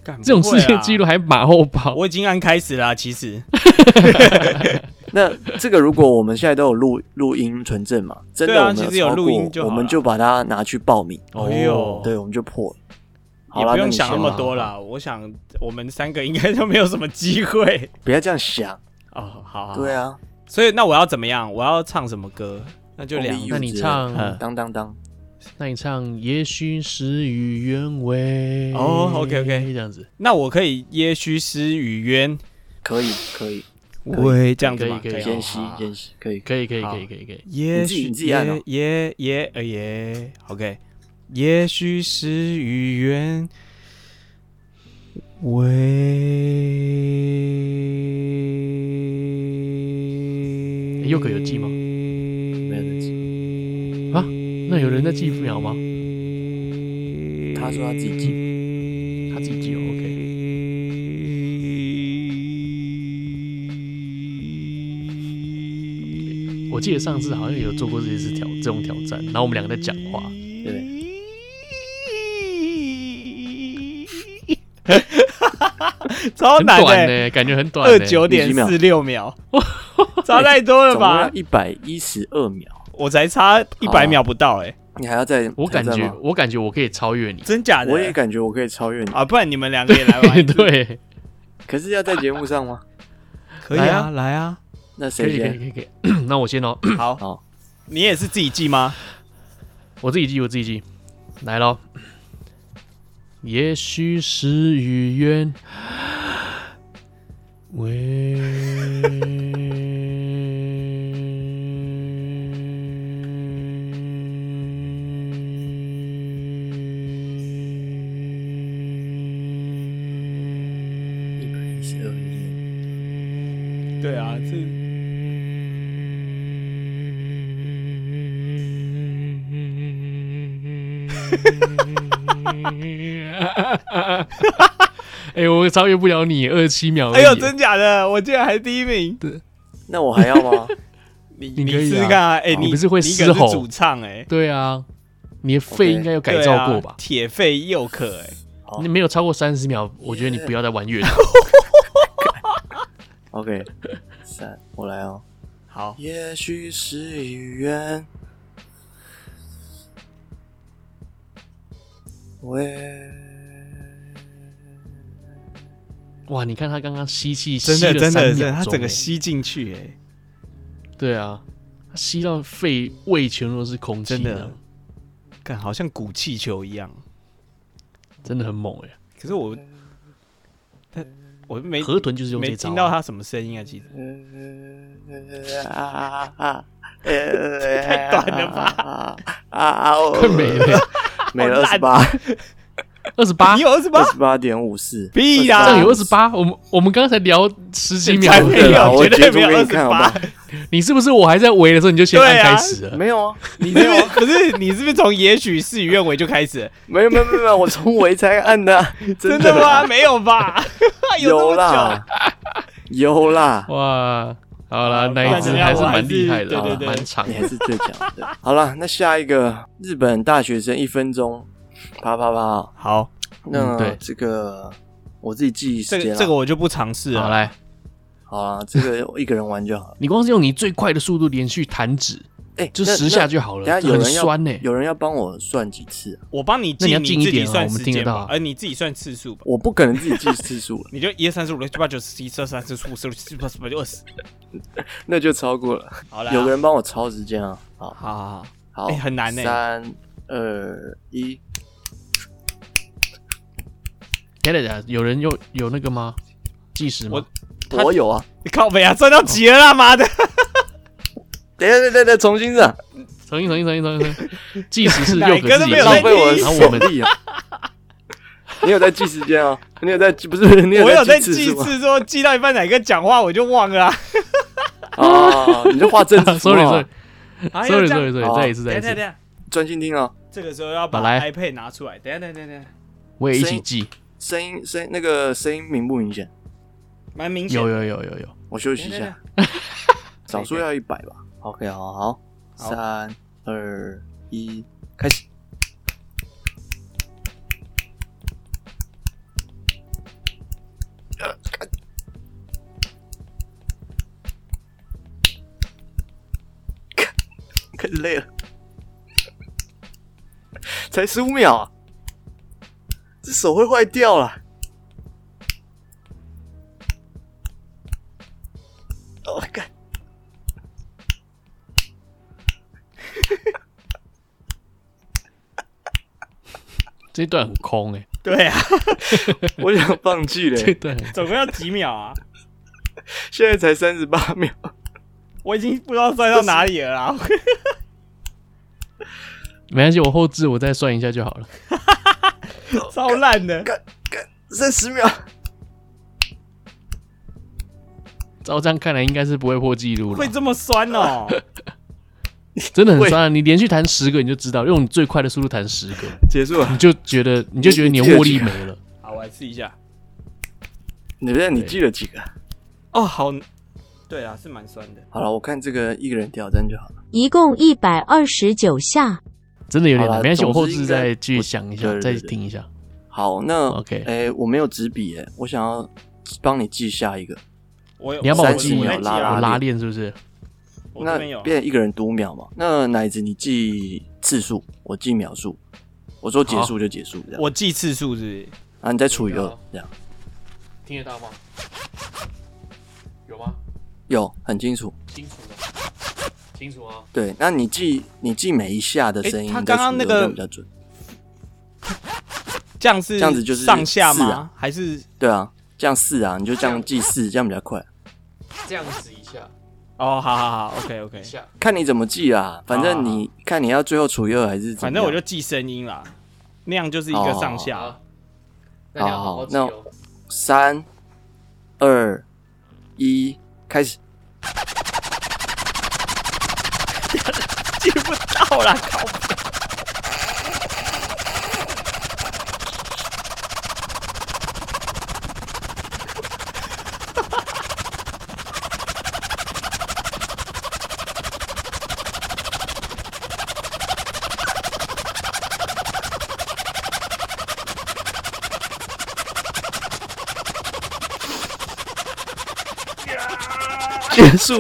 这种世界纪录还马后炮。 我已经按开始啦，其实。 那这个如果我们现在都有录音存证嘛，真的我们其实有录音就好， 我们就把它拿去报名。对，我们就破了。 也不用想那么多啦，我想我们3个应该都没有什么机会。 不要这样想哦，好。 对啊， 所以那我要怎么样？我要唱什么歌？那就那你唱当。 那你唱也许事与愿违。 OK， 这样子。 那我可以也许事与愿， 可以。 喂，这样子吗？ 可以， 间隙，可以。 也许你自己按哦。 OK。也许事与愿违。 佑可有记吗？ 没有在记啊？那有人在记秒吗？ 他说他自己记， OK。我记得上次好像有做过这种挑战，然后我们2个在讲话， 对。 超难的，感觉很短 ，29.46秒，差太多了吧 ？112秒， 我才差100秒不到你还要再？ 我感觉我可以超越你， 真假的？ 我也感觉我可以超越你啊！不然你们2个也来玩对， 可是要在节目上吗？ 可以啊，来啊！ 那谁先？ 可以。那我先哦。 好，你也是自己记吗？ 我自己记。来咯。也许事与愿违。 对啊， 我超越不了你，27秒。 哎呦，真假的？我竟然还第1名。 对， 那我还要吗？ 你试试看啊！你不是会嘶吼？ 你主唱对啊，你的肺应该有改造过吧？ 铁肺佑可你没有超过30秒，我觉得你不要再玩乐团。 OK， 3，我来哦。 好。 也许事与愿违。 哇，你看他刚刚吸气真的， 他整个吸进去对啊，他吸到胃全都是空气， 真的，看好像鼓气球一样， 真的很猛可是我没河豚就是用这招， 没听到他什么声音啊，其实太短了吧？ 快没了 ，28， 你有 28.54， 屁啦， 这样有28，我们刚才聊10几秒， 绝对没有28。 你是不是我还在围的时候你就先按开始了？ 没有啊， 你是不是从也许事与愿违就开始？ 没有，我从围才按的。 真的吗？没有吧？ 有啦， 哇！好啦，那一只还是蛮厉害的， 对， 蛮长， 你还是最强的。好了，那下一个日本大学生1分钟，啪。 好， 那这个我自己记时间， 这个我就不尝试了。 好来， 好啦，这个一个人玩就好了。 你光是用你最快的速度连续弹指，就10下就好了。 等下很酸呢。 有人要帮我算几次？ 我帮你记， 那你要近一点， 我们听得到。 你自己算次数吧。 我不可能自己记次数， 你就1、2、3、4、5、6、7、8、9、10、11、12、13、14、15、16、17、18、19、20， 那就超过了。 好了， 有个人帮我超时间啊！ 好， 很难呢。 3、2、1。 等，有人有那个吗？计时吗？ 我有啊！ 你靠北啊，算到几了啦，妈的！ 等一下，重新。 计时是 6个自己浪费我的， 然后我们你有在记时间啊？你有在不是？你我有在记次数，记到一半哪个讲话我就忘了。 你就画正字。 sorry，再一次。 专心听啊！ 这个时候要把 iPad 拿出来。等一下， 我也一起记。 声音那个声音明不明显？ 蛮明显。 有。 我休息一下。少数要100吧。OK， 好，3、2、1，开始。 开始累了，才15秒啊，这手会坏掉了。哦，干！ 这一段很空对啊， 我想放弃了。 这段总共要几秒啊？ 现在才38秒， 我已经不知道算到哪里了啦。 没关系，我后置我再算一下就好了。 超烂的， 干剩10秒。 照这样看来，应该是不会破纪录了。 会这么酸哦？ 真的很酸啊！你连续弹10个，你就知道，用你最快的速度弹10个， 结束了， 你就觉得你的握力没了。 好，我来试一下。 你记了几个？ 哦，好，对啊，是蛮酸的。 好了，我看这个一个人挑战就好了。 一共129下， 真的有点难。没关系，我后置再继续想一下，再听一下。 好，那 OK， 我没有纸笔我想要帮你记下一个。 你要帮我记秒拉链是不是？ 那变成一个人读秒嘛？那奶子你记次数，我记秒数。我说结束就结束，这样。 我记次数是不是？ 然后你再除以2，这样。 听得到吗？有吗？ 有，很清楚。 清楚啊。 对，那你记每一下的声音， 他刚刚那个比较准。 这样子就是上下吗？还是对啊，这样4啊，你就这样记4，这样比较快。 这样子一下。 哦，好 ，OK， 看你怎么记啦，反正你看你要最后除以2还是怎么样？ 反正我就记声音啦，那样就是一个上下。 好，那3、2、1，开始。 记不到啦，靠！ 结束，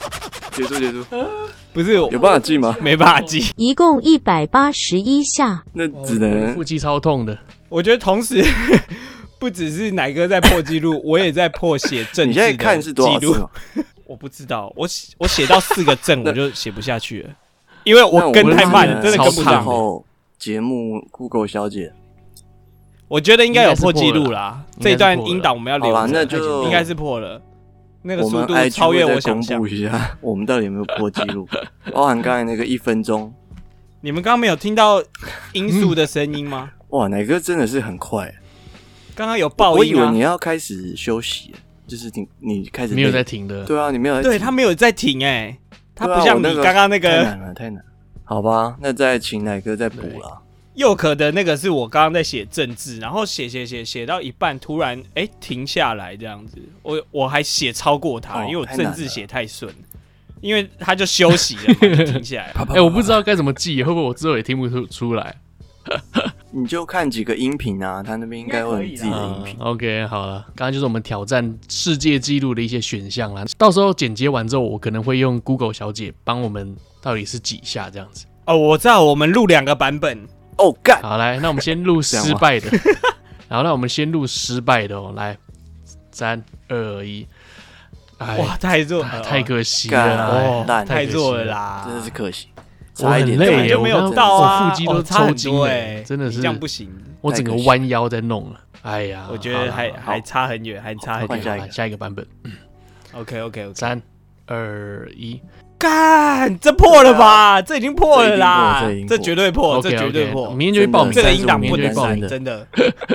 不是有办法记吗？ 没办法记， 一共181下， 那只能腹肌超痛的。 我觉得同时不只是奶哥在破纪录，我也在破写正字的记录。 你现在看是多少次？ 我不知道，我写到4个正我就写不下去了，因为我跟太慢了，真的跟不上。 后节目 Google 小姐， 我觉得应该有破纪录啦。这一段音档我们要留着， 那就应该是破了。那个速度超越我想象。 公布一下，我们到底有没有破纪录？包含刚才那个1分钟。 你们刚刚没有听到音速的声音吗？ 哇，奶哥真的是很快。 刚刚有爆音啊！ 我以为你要开始休息，就是你开始没有在停的。 对啊，你没有在停。 对他没有在停他不像你刚刚那个太难了。好吧，那再请奶哥再补啦。 佑可的那个是我刚刚在写正字，然后写到一半，突然停下来这样子，我还写超过他，因为我正字写太顺，因为他就休息了嘛，就停下来。 我不知道该怎么记，会不会我之后也听不出来？ 你就看几个音频啊，他那边应该会有你自己的音频。 OK， 好了，刚刚就是我们挑战世界纪录的一些选项啦。到时候剪接完之后，我可能会用 Google 小姐帮我们到底是几下这样子。 哦，我知道，我们录2个版本。 哦，干！ 好，来，那我们先录失败的。好，那我们先录失败的哦。来，3、2、1。 哇，太弱， 太可惜了， 太弱了啦， 真的是可惜。 我很累耶， 就没有到啊， 我腹肌都抽筋真的是这样不行。 我整个弯腰在弄了，哎呀， 我觉得还差很远，还差很远。 下一个版本。 OK， 3、2、1。 干，这破了吧？这已经破了啦，这绝对破，这绝对破。 明天就会报名， 这个音档不能删，真的。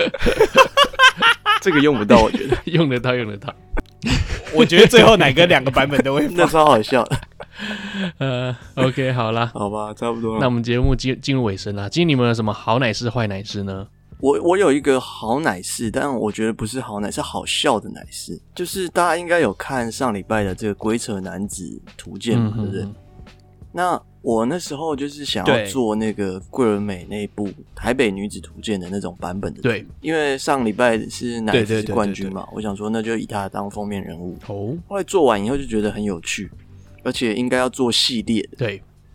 这个用不到，我觉得用得到。 我觉得最后哪个2个版本都会放， 那超好笑的。 OK， 好啦， 好吧，差不多了。 那我们节目进入尾声啦。今天你们有什么好奶事、坏奶事呢？ 我有一个好奶事，但我觉得不是好奶，是好笑的奶事。就是大家应该有看上礼拜的这个《鬼扯男子图鉴》嘛，对不对？那我那时候就是想要做那个桂纶镁那部《台北女子图鉴》的那种版本的， 对， 因为上礼拜是奶子是冠军嘛，我想说那就以他当封面人物。后来做完以后就觉得很有趣，而且应该要做系列的， 对。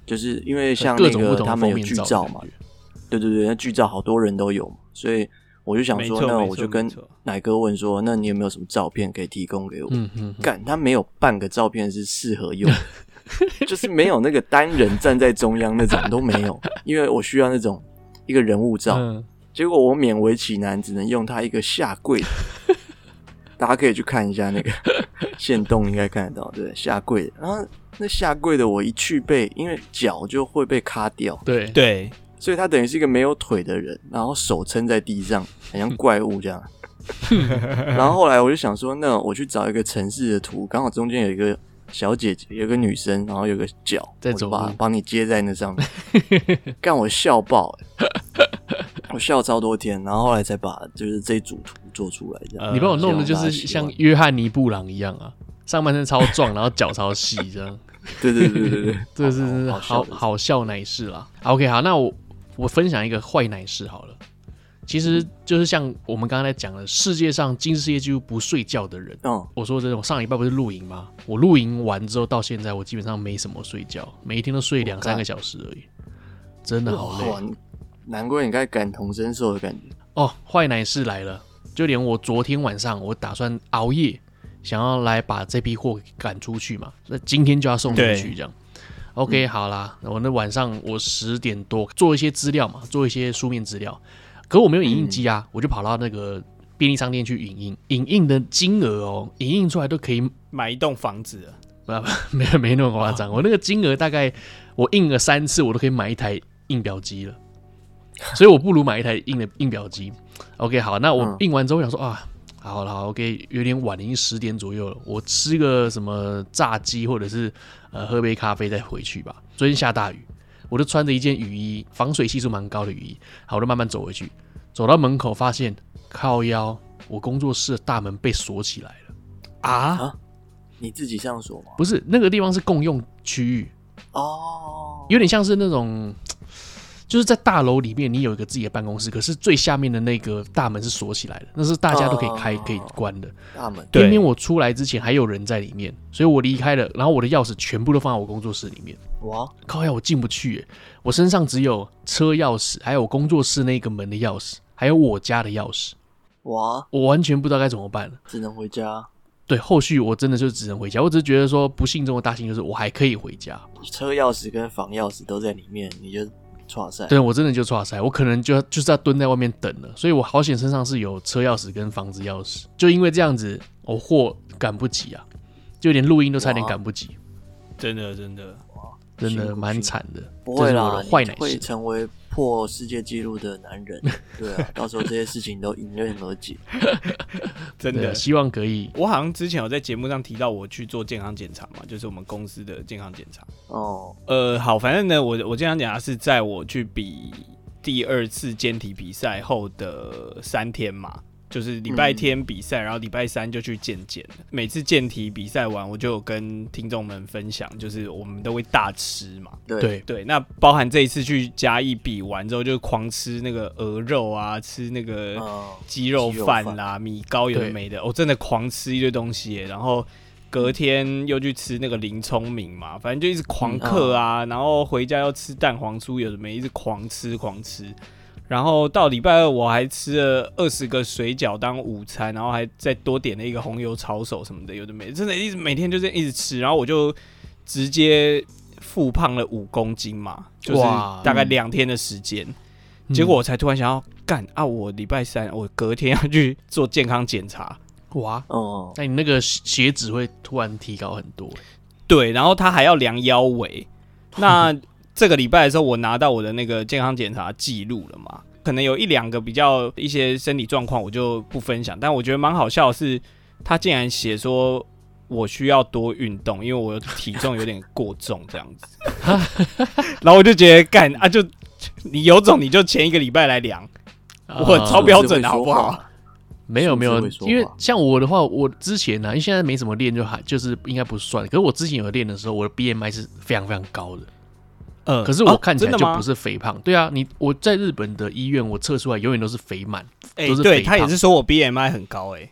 就是因为像那个他们有剧照嘛，对，那剧照好多人都有嘛，所以我就想说，那我就跟奶哥问说，那你有没有什么照片可以提供给我？干，他没有半个照片是适合用的，就是没有那个单人站在中央那种都没有，因为我需要那种一个人物照。结果我勉为其难，只能用他一个下跪的。大家可以去看一下那个限动，应该看得到，对，下跪的。然后那下跪的我一去背，因为脚就会被卡掉， 对， 所以他等于是一个没有腿的人，然后手撑在地上，很像怪物这样。然后后来我就想说，那我去找一个城市的图，刚好中间有一个小姐姐，有一个女生，然后有个脚，我就帮你接在那上面。干，我笑爆我笑超多天，然后后来才把就是这组图做出来这样。 你帮我弄的就是像约翰尼布朗一样啊，上半身超壮，然后脚超细这样。 对， 这是好笑乃事啦。OK， 好，那我分享一个坏乃事好了。其实就是像我们刚刚在讲的，世界上金氏世界纪录不睡觉的人。我说这种上礼拜不是露营吗？我露营完之后到现在，我基本上没什么睡觉，每一天都睡2-3个小时而已，真的好累。 难怪你该感同身受的感觉哦。坏乃事来了，就连我昨天晚上我打算熬夜，想要来把这批货赶出去嘛，那今天就要送出去这样。OK， 好啦，我那晚上我10点多做一些资料嘛，做一些书面资料，可我没有影印机啊，我就跑到那个便利商店去影印，影印的金额哦，影印出来都可以买一栋房子了。 没那么夸张，我那个金额大概我印了3次，我都可以买一台印表机了。所以我不如买一台印表机。OK， 好，那我印完之后想说好了 ，OK， 有点晚，已经10点左右了，我吃个什么炸鸡或者是喝杯咖啡再回去吧。昨天下大雨，我就穿着一件雨衣，防水系数蛮高的雨衣，好，我就慢慢走回去，走到门口发现靠腰，我工作室的大门被锁起来了。 啊？你自己上锁吗？ 不是，那个地方是共用区域哦，有点像是那种。就是在大楼里面，你有一个自己的办公室，可是最下面的那个大门是锁起来的，那是大家都可以开、可以关的大门。 偏偏我出来之前还有人在里面，所以我离开了，然后我的钥匙全部都放在我工作室里面。哇，靠呀，我进不去耶！我身上只有车钥匙，还有我工作室那个门的钥匙，还有我家的钥匙。哇，我完全不知道该怎么办了， 只能回家。 对，后续我真的就只能回家。我只是觉得说，不幸中的大幸就是我还可以回家。 车钥匙跟房钥匙都在里面，你就。 对，我真的就剉赛，我可能就是要蹲在外面等了，所以我好险身上是有车钥匙跟房子钥匙，就因为这样子，我货赶不及啊，就连录音都差点赶不及， 真的蛮惨的。 不会啦， 坏奶事会成为破世界纪录的男人，对啊，到时候这些事情都迎刃而解。 真的， 希望可以。 我好像之前有在节目上提到我去做健康检查嘛，就是我们公司的健康检查。好，反正呢，我健康检查是在我去比第2次健体比赛后的3天嘛。就是礼拜天比赛，然后礼拜3就去健检。每次健体比赛完，我就有跟听众们分享，就是我们都会大吃嘛。对，那包含这一次去嘉义比完之后，就狂吃那个鹅肉啊，吃那个鸡肉饭啦、米糕有的没的，我真的狂吃一堆东西耶。然后隔天又去吃那个林聪明嘛，反正就一直狂嗑啊，然后回家要吃蛋黄酥，有的没，一直狂吃。然后到礼拜2，我还吃了20个水饺当午餐，然后还再多点了一个红油抄手什么的，有的没的，真的一直每天就这样一直吃，然后我就直接复胖了5公斤嘛，就是大概2天的时间。结果我才突然想要干啊！我礼拜3我隔天要去做健康检查， 哇哦，那你那个血脂会突然提高很多。 对，然后他还要量腰围，那。这个礼拜的时候，我拿到我的那个健康检查记录了嘛，可能有1-2个比较一些身体状况，我就不分享。但我觉得蛮好笑的是，他竟然写说我需要多运动，因为我体重有点过重这样子。然后我就觉得干啊，就你有种你就前1个礼拜来量，我超标准的好不好？ 没有，因为像我的话，我之前呢，因为现在没什么练，就是应该不算。可是我之前有练的时候，我的 BMI 是非常非常高的。可是我看起来就不是肥胖，对啊，我在日本的医院我测出来永远都是肥满，都是肥胖。 对他也是说我 BMI 很高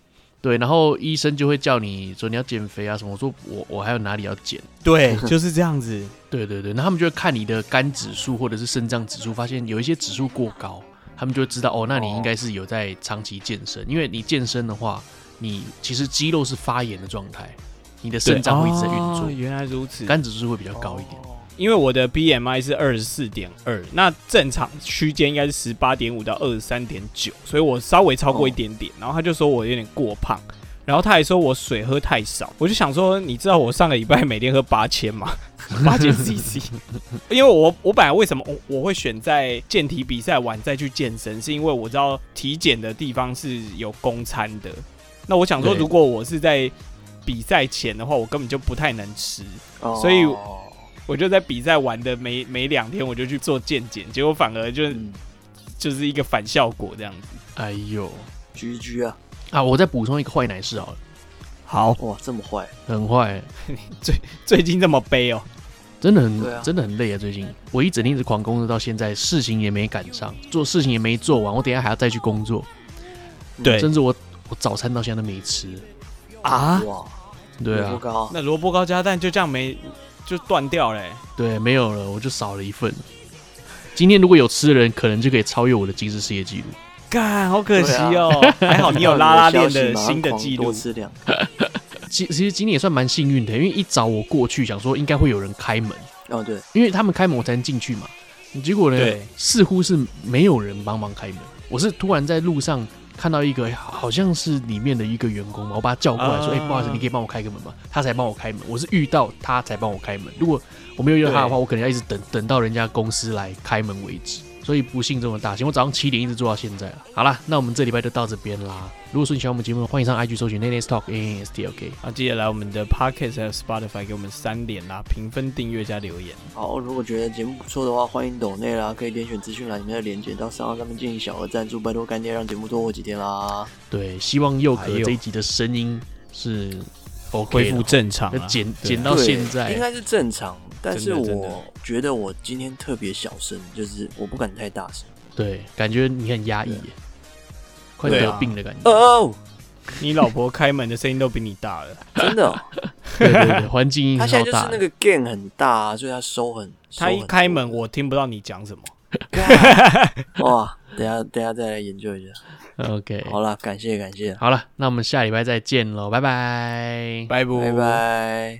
对，然后医生就会叫你说你要减肥啊什么，我说我还有哪里要减？ 对，就是这样子。 对，那他们就会看你的肝指数或者是肾脏指数，发现有一些指数过高，他们就会知道哦，那你应该是有在长期健身，因为你健身的话，你其实肌肉是发炎的状态，你的肾脏会一直在运作。 原来如此， 肝指数会比较高一点。 因为我的 BMI 是 24.2， 那正常区间应该是 18.5 到 23.9， 所以我稍微超过一点点。然后他就说我有点过胖，然后他还说我水喝太少。我就想说，你知道我上个礼拜每天喝8000吗？8000 CC。因为我本来为什么我会选在健体比赛完再去健身，是因为我知道体检的地方是有公餐的。那我想说，如果我是在比赛前的话，我根本就不太能吃，所以我就在比赛完的每2天我就去做健检，结果反而就是一个反效果这样子。 哎呦 ，GG 啊！我再补充一个坏奶事好了。 好， 哇，这么坏， 很坏。 最近这么悲哦， 真的很累啊！最近我一整天一直狂工作到现在，事情也没赶上，做事情也没做完，我等一下还要再去工作。 对， 甚至我早餐到现在都没吃啊！ 哇， 对啊， 那萝卜糕加蛋就这样就断掉了。 对，没有了，我就少了一份。今天如果有吃的人，可能就可以超越我的吉尼斯世界纪录。 干，好可惜哦！还好你有拉拉链的新的纪录。 其实今天也算蛮幸运的，因为一早我过去想说应该会有人开门。 哦，对， 因为他们开门我才能进去嘛。结果呢，似乎是没有人帮忙开门。我是突然在路上看到一个好像是里面的一个员工嘛，我把他叫过来说：“不好意思，你可以帮我开个门吗？”他才帮我开门。我是遇到他才帮我开门。如果我没有遇到他的话，我可能要一直等到人家公司来开门为止。所以不幸这么大，我早上7点一直做到现在了。好啦，那我们这礼拜就到这边啦。如果说你喜欢我们节目，欢迎上 IG 搜寻 Nene Talk ANSTLK。 记得来我们的 Podcast 还有 Spotify 给我们3连啦，评分、订阅加留言。 好，如果觉得节目不错的话，欢迎抖内啦，可以点选资讯栏里面的连结到上面进行小额赞助，拜托干爹让节目多活几天啦。 对，希望佑可这一集的声音是 OK 恢复正常， 剪到现在应该是正常。但是我觉得我今天特别小声，就是我不敢太大声。 对，感觉你很压抑耶，快得病的感觉。 哦， 你老婆开门的声音都比你大了， 真的、哦。 对，环境音超大。 他现在就是那个 gain 很大、所以他收很。 他一开门，我听不到你讲什么。 哇，等一下再来研究一下。 OK， 好了，感谢。 好了，那我们下礼拜再见喽，拜拜， 拜拜。